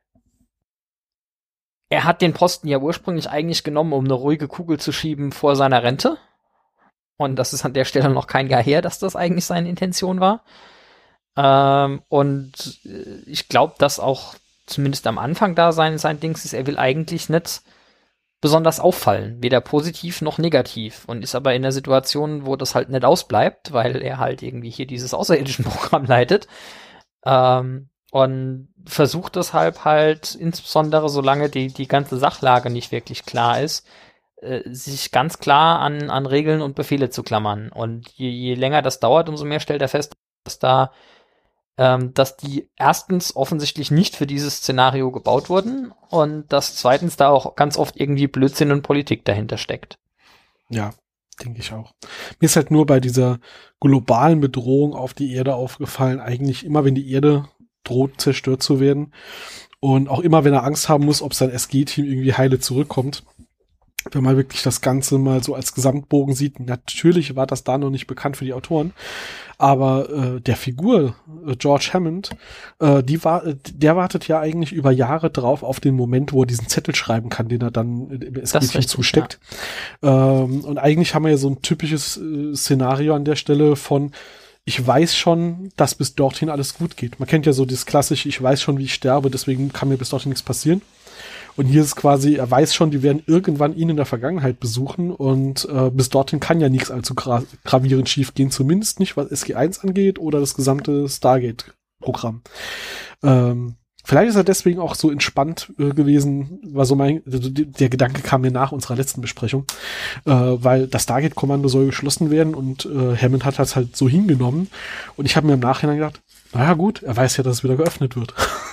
er hat den Posten ja ursprünglich eigentlich genommen, um eine ruhige Kugel zu schieben vor seiner Rente. Und das ist an der Stelle noch kein Jahr her, dass das eigentlich seine Intention war. Ähm, und äh, ich glaube, dass auch zumindest am Anfang da sein, sein Dings ist, er will eigentlich nicht besonders auffallen, weder positiv noch negativ, und ist aber in der Situation, wo das halt nicht ausbleibt, weil er halt irgendwie hier dieses außerirdischen Programm leitet, ähm, und versucht deshalb halt, insbesondere solange die, die ganze Sachlage nicht wirklich klar ist, äh, sich ganz klar an, an Regeln und Befehle zu klammern. Und je, je länger das dauert, umso mehr stellt er fest, dass da Ähm, dass die erstens offensichtlich nicht für dieses Szenario gebaut wurden und dass zweitens da auch ganz oft irgendwie Blödsinn und Politik dahinter steckt. Ja, denke ich auch. Mir ist halt nur bei dieser globalen Bedrohung auf die Erde aufgefallen, eigentlich immer, wenn die Erde droht, zerstört zu werden und auch immer, wenn er Angst haben muss, ob sein S G-Team irgendwie heile zurückkommt. Wenn man wirklich das Ganze mal so als Gesamtbogen sieht, natürlich war das da noch nicht bekannt für die Autoren, aber äh, der Figur äh, George Hammond, äh, die war, der wartet ja eigentlich über Jahre drauf auf den Moment, wo er diesen Zettel schreiben kann, den er dann im S G-Team zusteckt. Ja. Ähm, und eigentlich haben wir ja so ein typisches äh, Szenario an der Stelle von, ich weiß schon, dass bis dorthin alles gut geht. Man kennt ja so das klassische, ich weiß schon, wie ich sterbe, deswegen kann mir bis dorthin nichts passieren. Und hier ist quasi, er weiß schon, die werden irgendwann ihn in der Vergangenheit besuchen und äh, bis dorthin kann ja nichts allzu gra- gravierend schief gehen, zumindest nicht, was S G eins angeht oder das gesamte Stargate-Programm. Ähm, vielleicht ist er deswegen auch so entspannt äh, gewesen, war so mein, also der Gedanke kam mir nach unserer letzten Besprechung, äh, weil das Stargate-Kommando soll geschlossen werden und äh, Hammond hat das halt so hingenommen und ich habe mir im Nachhinein gedacht, naja gut, er weiß ja, dass es wieder geöffnet wird.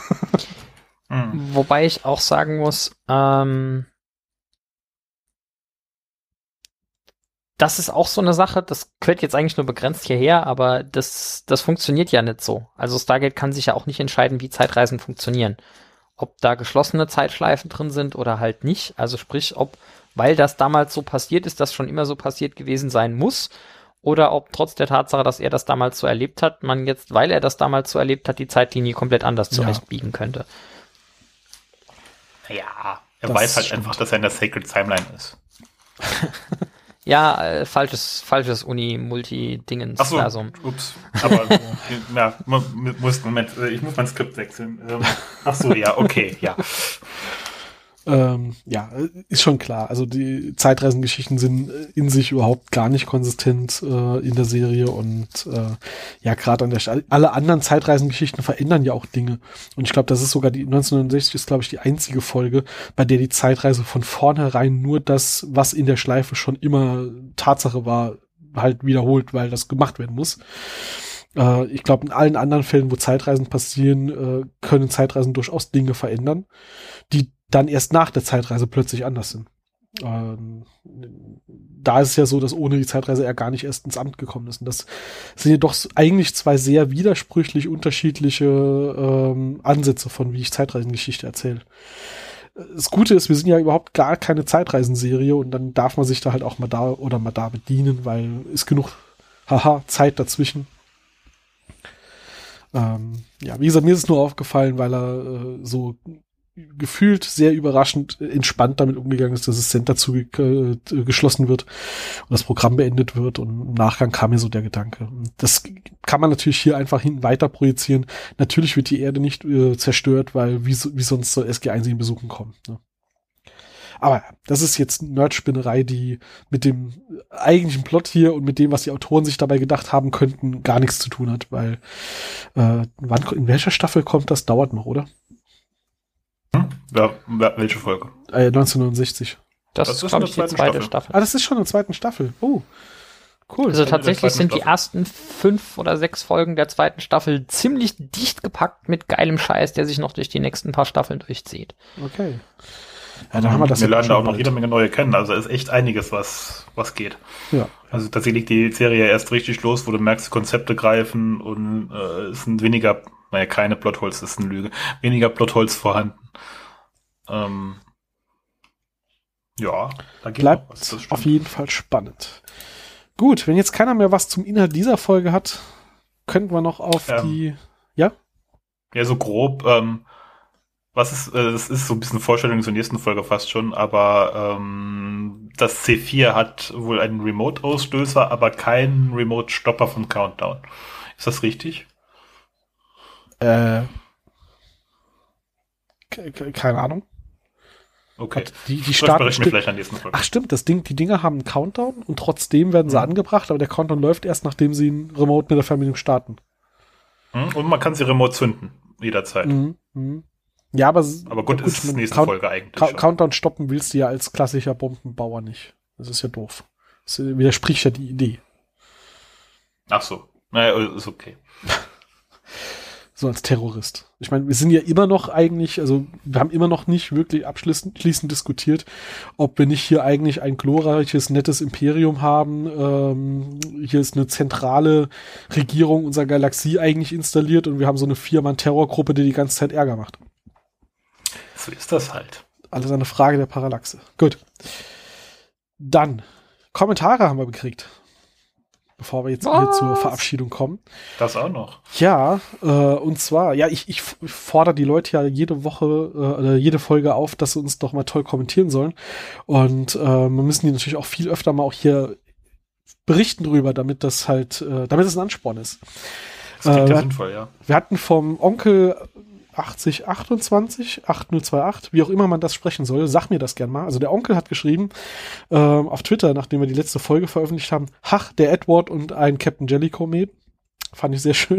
Mhm. Wobei ich auch sagen muss, ähm, das ist auch so eine Sache, das gehört jetzt eigentlich nur begrenzt hierher, aber das, das funktioniert ja nicht so. Also Stargate kann sich ja auch nicht entscheiden, wie Zeitreisen funktionieren. Ob da geschlossene Zeitschleifen drin sind oder halt nicht. Also sprich, ob, weil das damals so passiert ist, das schon immer so passiert gewesen sein muss, oder ob trotz der Tatsache, dass er das damals so erlebt hat, man jetzt, weil er das damals so erlebt hat, die Zeitlinie komplett anders zurechtbiegen ja. könnte. Ja, er das weiß halt einfach, dass er in der Sacred Timeline ist. Ja, äh, falsches, falsches Uni-Multi-Dingens-Versum. Ach so, ups. Aber, ja, muss, Moment, ich muss mein Skript wechseln. Ähm, ach so, ja, okay, ja. Ähm, ja, ist schon klar. Also die Zeitreisengeschichten sind in sich überhaupt gar nicht konsistent äh, in der Serie und äh, ja, gerade an der Stelle, alle anderen Zeitreisengeschichten verändern ja auch Dinge. Und ich glaube, das ist sogar die neunzehnhundertneunundsechzig ist, glaube ich, die einzige Folge, bei der die Zeitreise von vornherein nur das, was in der Schleife schon immer Tatsache war, halt wiederholt, weil das gemacht werden muss. Äh, ich glaube, in allen anderen Fällen, wo Zeitreisen passieren, äh, können Zeitreisen durchaus Dinge verändern, die dann erst nach der Zeitreise plötzlich anders sind. Ähm, da ist es ja so, dass ohne die Zeitreise er gar nicht erst ins Amt gekommen ist. Und das sind ja doch eigentlich zwei sehr widersprüchlich unterschiedliche ähm, Ansätze von, wie ich Zeitreisengeschichte erzähle. Das Gute ist, wir sind ja überhaupt gar keine Zeitreisenserie und dann darf man sich da halt auch mal da oder mal da bedienen, weil ist genug, haha, Zeit dazwischen. Ähm, ja, wie gesagt, mir ist es nur aufgefallen, weil er äh, so gefühlt sehr überraschend entspannt damit umgegangen ist, dass das Center zu äh, geschlossen wird und das Programm beendet wird und im Nachgang kam mir so der Gedanke. Das kann man natürlich hier einfach hinten weiter projizieren. Natürlich wird die Erde nicht äh, zerstört, weil wie, wie sonst soll S G eins ihn besuchen kommen. Ne? Aber das ist jetzt Nerdspinnerei, die mit dem eigentlichen Plot hier und mit dem, was die Autoren sich dabei gedacht haben könnten, gar nichts zu tun hat, weil äh, wann, in welcher Staffel kommt das? Dauert noch, oder? Ja, welche Folge? Äh, neunzehnhundertneunundsechzig. Das, das ist, glaube ich, die zweite Staffel. Staffel. Ah, das ist schon in der zweiten Staffel. Oh, cool. Also tatsächlich sind Staffel. die ersten fünf oder sechs Folgen der zweiten Staffel ziemlich dicht gepackt mit geilem Scheiß, der sich noch durch die nächsten paar Staffeln durchzieht. Okay. Ja, dann haben wir das. Wir lernen da auch noch jede Menge neue kennen. Also ist echt einiges, was, was geht. Ja. Also tatsächlich die Serie erst richtig los, wo du merkst, Konzepte greifen und äh, es sind weniger, naja, keine Plotholes, das ist eine Lüge, weniger Plotholes vorhanden. Ähm, ja, da geht bleibt was, das auf jeden Fall spannend. Gut, wenn jetzt keiner mehr was zum Inhalt dieser Folge hat, könnten wir noch auf ähm, die, ja? Ja, so grob, ähm, was ist, äh, das ist so ein bisschen Vorstellung zur nächsten Folge fast schon, aber ähm, das C vier hat wohl einen Remote-Auslöser, aber keinen Remote-Stopper vom Countdown. Ist das richtig? Äh, keine Ahnung. Okay. Die, die das starten berichten wir vielleicht an der nächsten Folge. Ach stimmt, das Ding, die Dinger haben einen Countdown und trotzdem werden sie mhm. angebracht, aber der Countdown läuft erst, nachdem sie ihn remote mit der Verbindung starten. Mhm. Und man kann sie remote zünden, jederzeit. Mhm. Mhm. Ja, aber, aber gut, gut, ist die nächste Count, Folge eigentlich Count, schon. Countdown stoppen willst du ja als klassischer Bombenbauer nicht. Das ist ja doof. Das widerspricht ja die Idee. Ach so. Naja, ist okay. So als Terrorist. Ich meine, wir sind ja immer noch eigentlich, also wir haben immer noch nicht wirklich abschließend diskutiert, ob wir nicht hier eigentlich ein glorreiches, nettes Imperium haben. Ähm, hier ist eine zentrale Regierung unserer Galaxie eigentlich installiert und wir haben so eine Vier-Mann-Terrorgruppe, die die ganze Zeit Ärger macht. So ist das halt. Alles eine Frage der Parallaxe. Gut. Dann, Kommentare haben wir gekriegt. Bevor wir jetzt hier zur Verabschiedung kommen. Das auch noch. Ja, äh, und zwar, ja, ich, ich fordere die Leute ja jede Woche äh, oder jede Folge auf, dass sie uns doch mal toll kommentieren sollen. Und äh, wir müssen die natürlich auch viel öfter mal auch hier berichten drüber, damit das halt, äh, damit es ein Ansporn ist. Das klingt äh, ja sinnvoll, ja. Wir hatten vom Onkel achtzig achtundzwanzig, achtzig achtundzwanzig, wie auch immer man das sprechen soll, sag mir das gern mal. Also der Onkel hat geschrieben ähm, auf Twitter, nachdem wir die letzte Folge veröffentlicht haben, Hach, der Edward und ein Captain Jellicoe. Fand ich sehr schön.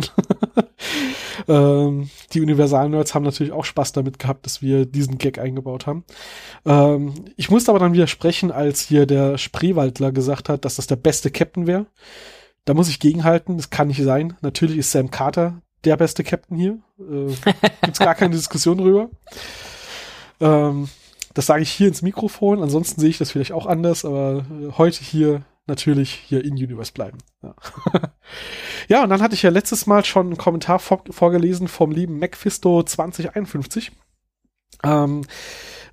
ähm, die Universal-Nerds haben natürlich auch Spaß damit gehabt, dass wir diesen Gag eingebaut haben. Ähm, ich musste aber dann widersprechen, als hier der Spreewaldler gesagt hat, dass das der beste Captain wäre. Da muss ich gegenhalten, das kann nicht sein. Natürlich ist Sam Carter der beste Captain hier. Äh, gibt's gar keine Diskussion drüber. Ähm, das sage ich hier ins Mikrofon. Ansonsten sehe ich das vielleicht auch anders, aber äh, heute hier natürlich hier in Universe bleiben. Ja. Ja, und dann hatte ich ja letztes Mal schon einen Kommentar vor, vorgelesen vom lieben Macfisto zwanzig einundfünfzig. Ähm,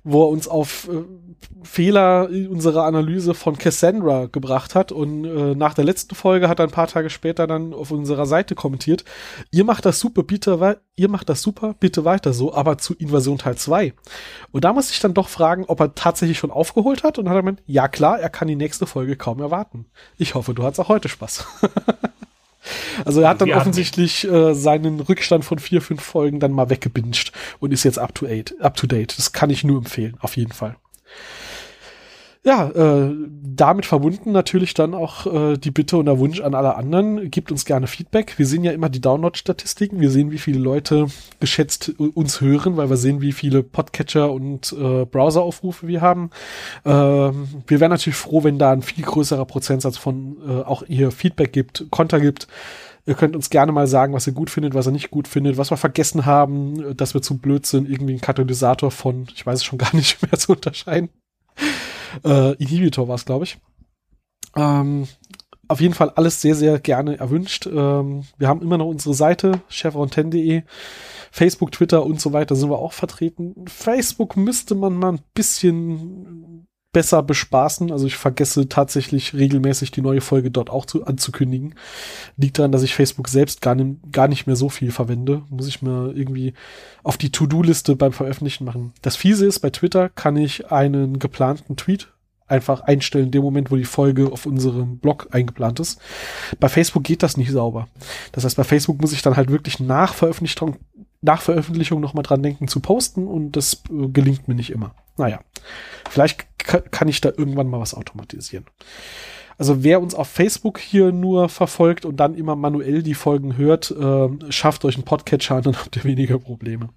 wo er uns auf äh, Fehler in unserer Analyse von Cassandra gebracht hat und äh, nach der letzten Folge hat er ein paar Tage später dann auf unserer Seite kommentiert, ihr macht das super, bitte wei- ihr macht das super, bitte weiter so, aber zu Invasion Teil zwei. Und da muss ich dann doch fragen, ob er tatsächlich schon aufgeholt hat und hat er gemeint, ja klar, er kann die nächste Folge kaum erwarten. Ich hoffe, du hattest auch heute Spaß. Also er hat dann Wir hatten- offensichtlich äh, seinen Rückstand von vier, fünf Folgen dann mal weggebinged und ist jetzt up to date. Up to date. Das kann ich nur empfehlen, auf jeden Fall. Ja, äh, damit verbunden natürlich dann auch äh, die Bitte und der Wunsch an alle anderen, gebt uns gerne Feedback. Wir sehen ja immer die Download-Statistiken, wir sehen, wie viele Leute geschätzt äh, uns hören, weil wir sehen, wie viele Podcatcher und äh, Browser-Aufrufe wir haben. Ähm, wir wären natürlich froh, wenn da ein viel größerer Prozentsatz von äh, auch ihr Feedback gibt, Konter gibt. Ihr könnt uns gerne mal sagen, was ihr gut findet, was ihr nicht gut findet, was wir vergessen haben, dass wir zu blöd sind, irgendwie einen Katalysator von, ich weiß es schon gar nicht mehr zu unterscheiden. Äh, Inhibitor war es, glaube ich. Ähm, auf jeden Fall alles sehr, sehr gerne erwünscht. Ähm, wir haben immer noch unsere Seite, chevron ten punkt de, Facebook, Twitter und so weiter sind wir auch vertreten. Facebook müsste man mal ein bisschen besser bespaßen. Also ich vergesse tatsächlich regelmäßig die neue Folge dort auch zu, anzukündigen. Liegt daran, dass ich Facebook selbst gar, nicht, gar nicht mehr so viel verwende. Muss ich mir irgendwie auf die To-Do-Liste beim Veröffentlichen machen. Das Fiese ist, bei Twitter kann ich einen geplanten Tweet einfach einstellen, in dem Moment, wo die Folge auf unserem Blog eingeplant ist. Bei Facebook geht das nicht sauber. Das heißt, bei Facebook muss ich dann halt wirklich nach Veröffentlichung, nach Veröffentlichung noch mal dran denken zu posten und das äh, gelingt mir nicht immer. Naja, vielleicht k- kann ich da irgendwann mal was automatisieren. Also wer uns auf Facebook hier nur verfolgt und dann immer manuell die Folgen hört, äh, schafft euch einen Podcatcher an, dann habt ihr weniger Probleme.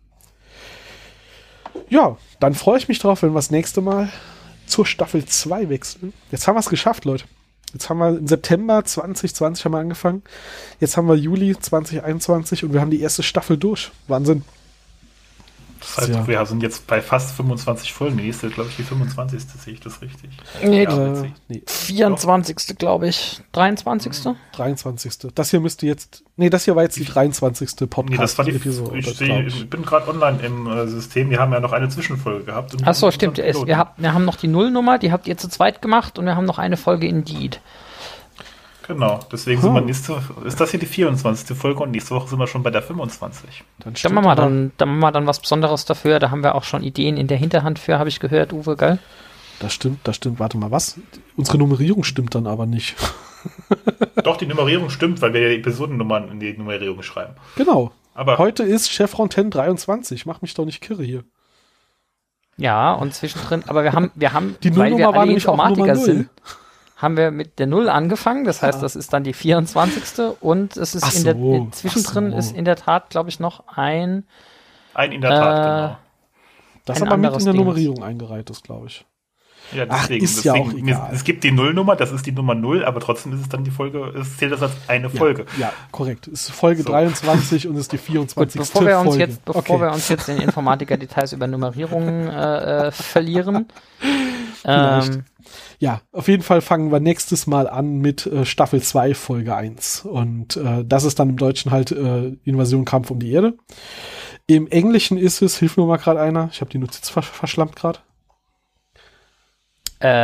Ja, dann freue ich mich drauf, wenn wir das nächste Mal zur Staffel zwei wechseln. Jetzt haben wir es geschafft, Leute. Jetzt haben wir im September zwanzig zwanzig haben wir angefangen. Jetzt haben wir Juli zwanzig einundzwanzig und wir haben die erste Staffel durch. Wahnsinn. Das heißt, Ja. wir sind jetzt bei fast fünfundzwanzig Folgen. Die nächste, glaube ich, die fünfundzwanzigste Sehe ich das richtig? Nee, Ja, Äh, witzig. nee, vierundzwanzigste glaube ich. dreiundzwanzigste dreiundzwanzigste Das hier müsste jetzt, nee, das hier war jetzt die dreiundzwanzigste Nee, das war die. Podcast-Episode. Ich, das seh, glaub ich bin gerade online im äh, System. Wir haben ja noch eine Zwischenfolge gehabt. und- Ach so, und stimmt. unseren Es, wir, Piloten. hab, wir haben noch die Nullnummer, die habt ihr zu zweit gemacht und wir haben noch eine Folge Indeed. Genau, deswegen Hm. sind wir nächste, ist das hier die vierundzwanzigste Folge und nächste Woche sind wir schon bei der fünfundzwanzig. Dann Dann stimmt machen, wir aber- dann, dann machen wir dann was Besonderes dafür. Da haben wir auch schon Ideen in der Hinterhand für, habe ich gehört, Uwe, geil? Das stimmt, das stimmt. Warte mal, was? Unsere Nummerierung stimmt dann aber nicht. Doch, die Nummerierung stimmt, weil wir ja die Episodennummern in die Nummerierung schreiben. Genau. Aber Heute ist Chevron zehn dreiundzwanzig. Mach mich doch nicht kirre hier. Ja, und zwischendrin, aber wir haben, wir haben, Die weil wir Nullnummer war alle nämlich auch Informatiker Nummer null. sind, haben wir mit der Null angefangen. Das heißt, Ja. das ist dann die vierundzwanzigste und es ist Ach in der, so, in, zwischendrin ach so. ist in der Tat, glaube ich, noch ein, ein in der Tat, Äh, genau. Das Ein aber mit anderes in der Ding. Nummerierung eingereiht ist, glaube ich. Ja, Ach, deswegen, ist ja deswegen auch mir- egal. es gibt die Nullnummer, das ist die Nummer null, aber trotzdem ist es dann die Folge, es zählt das als eine Folge. Ja, ja, korrekt. Es ist Folge So. dreiundzwanzig und es ist die gut, vierundzwanzigste bevor wir uns Folge. jetzt, bevor okay. wir uns jetzt in Informatiker-Details über Nummerierungen äh, äh, verlieren. Vielleicht. Ähm, Ja, auf jeden Fall fangen wir nächstes Mal an mit äh, Staffel zwei, Folge eins. Und äh, das ist dann im Deutschen halt äh, Invasion Kampf um die Erde. Im Englischen ist es, hilf mir mal gerade einer, ich habe die Notiz ver verschlammt gerade. äh,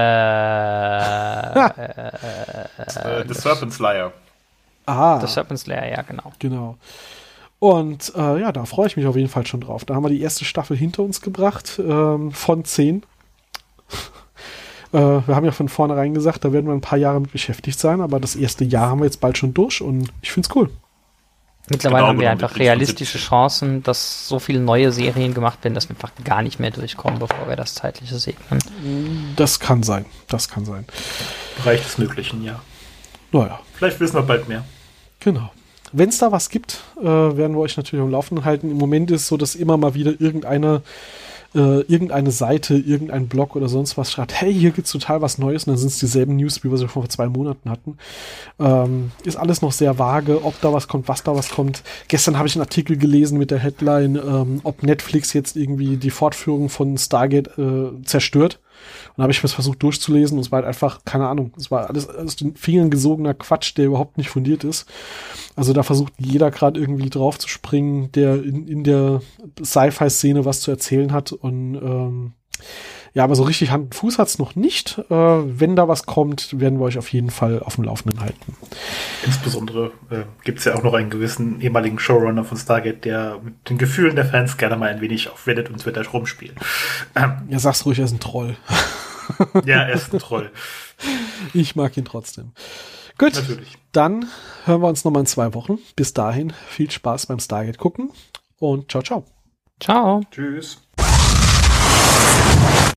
Äh, The Serpent's Liar. Ah, The Serpent's Lair, ja, genau. genau. Und äh, ja, da freue ich mich auf jeden Fall schon drauf. Da haben wir die erste Staffel hinter uns gebracht, ähm, von zehn. äh, wir haben ja von vornherein gesagt, da werden wir ein paar Jahre mit beschäftigt sein, aber das erste Jahr haben wir jetzt bald schon durch und ich finde es cool. Mittlerweile Genau, haben wir genau, einfach wir kriegen realistische siebzig. Chancen, dass so viele neue Serien gemacht werden, dass wir einfach gar nicht mehr durchkommen, bevor wir das zeitliche segnen. Das kann sein, das kann sein. Bereich des Möglichen, ja. Naja, Vielleicht wissen wir bald mehr. genau. Wenn es da was gibt, äh, werden wir euch natürlich am Laufenden halten. Im Moment ist es so, dass immer mal wieder irgendeine, äh, irgendeine Seite, irgendein Blog oder sonst was schreibt, hey, hier gibt's total was Neues. Und dann sind es dieselben News, wie wir sie schon vor zwei Monaten hatten. Ähm, ist alles noch sehr vage, ob da was kommt, was da was kommt. Gestern habe ich einen Artikel gelesen mit der Headline, ähm, ob Netflix jetzt irgendwie die Fortführung von Stargate äh, zerstört. Und da habe ich mir das versucht durchzulesen und es war halt einfach, keine Ahnung, es war alles aus den Fingern gesogener Quatsch, der überhaupt nicht fundiert ist. Also da versucht jeder gerade irgendwie drauf zu springen, der in, in der Sci-Fi-Szene was zu erzählen hat und ähm, Ja, aber so richtig Hand und Fuß hat's noch nicht. Äh, wenn da was kommt, werden wir euch auf jeden Fall auf dem Laufenden halten. Insbesondere äh, gibt es ja auch noch einen gewissen ehemaligen Showrunner von Stargate, der mit den Gefühlen der Fans gerne mal ein wenig auf Reddit und Twitter rumspielt. Ähm, Ja, sag's ruhig, er ist ein Troll. ja, er ist ein Troll. Ich mag ihn trotzdem. Gut, Natürlich. dann hören wir uns nochmal in zwei Wochen. Bis dahin, viel Spaß beim Stargate gucken und ciao, ciao. Ciao. Tschüss.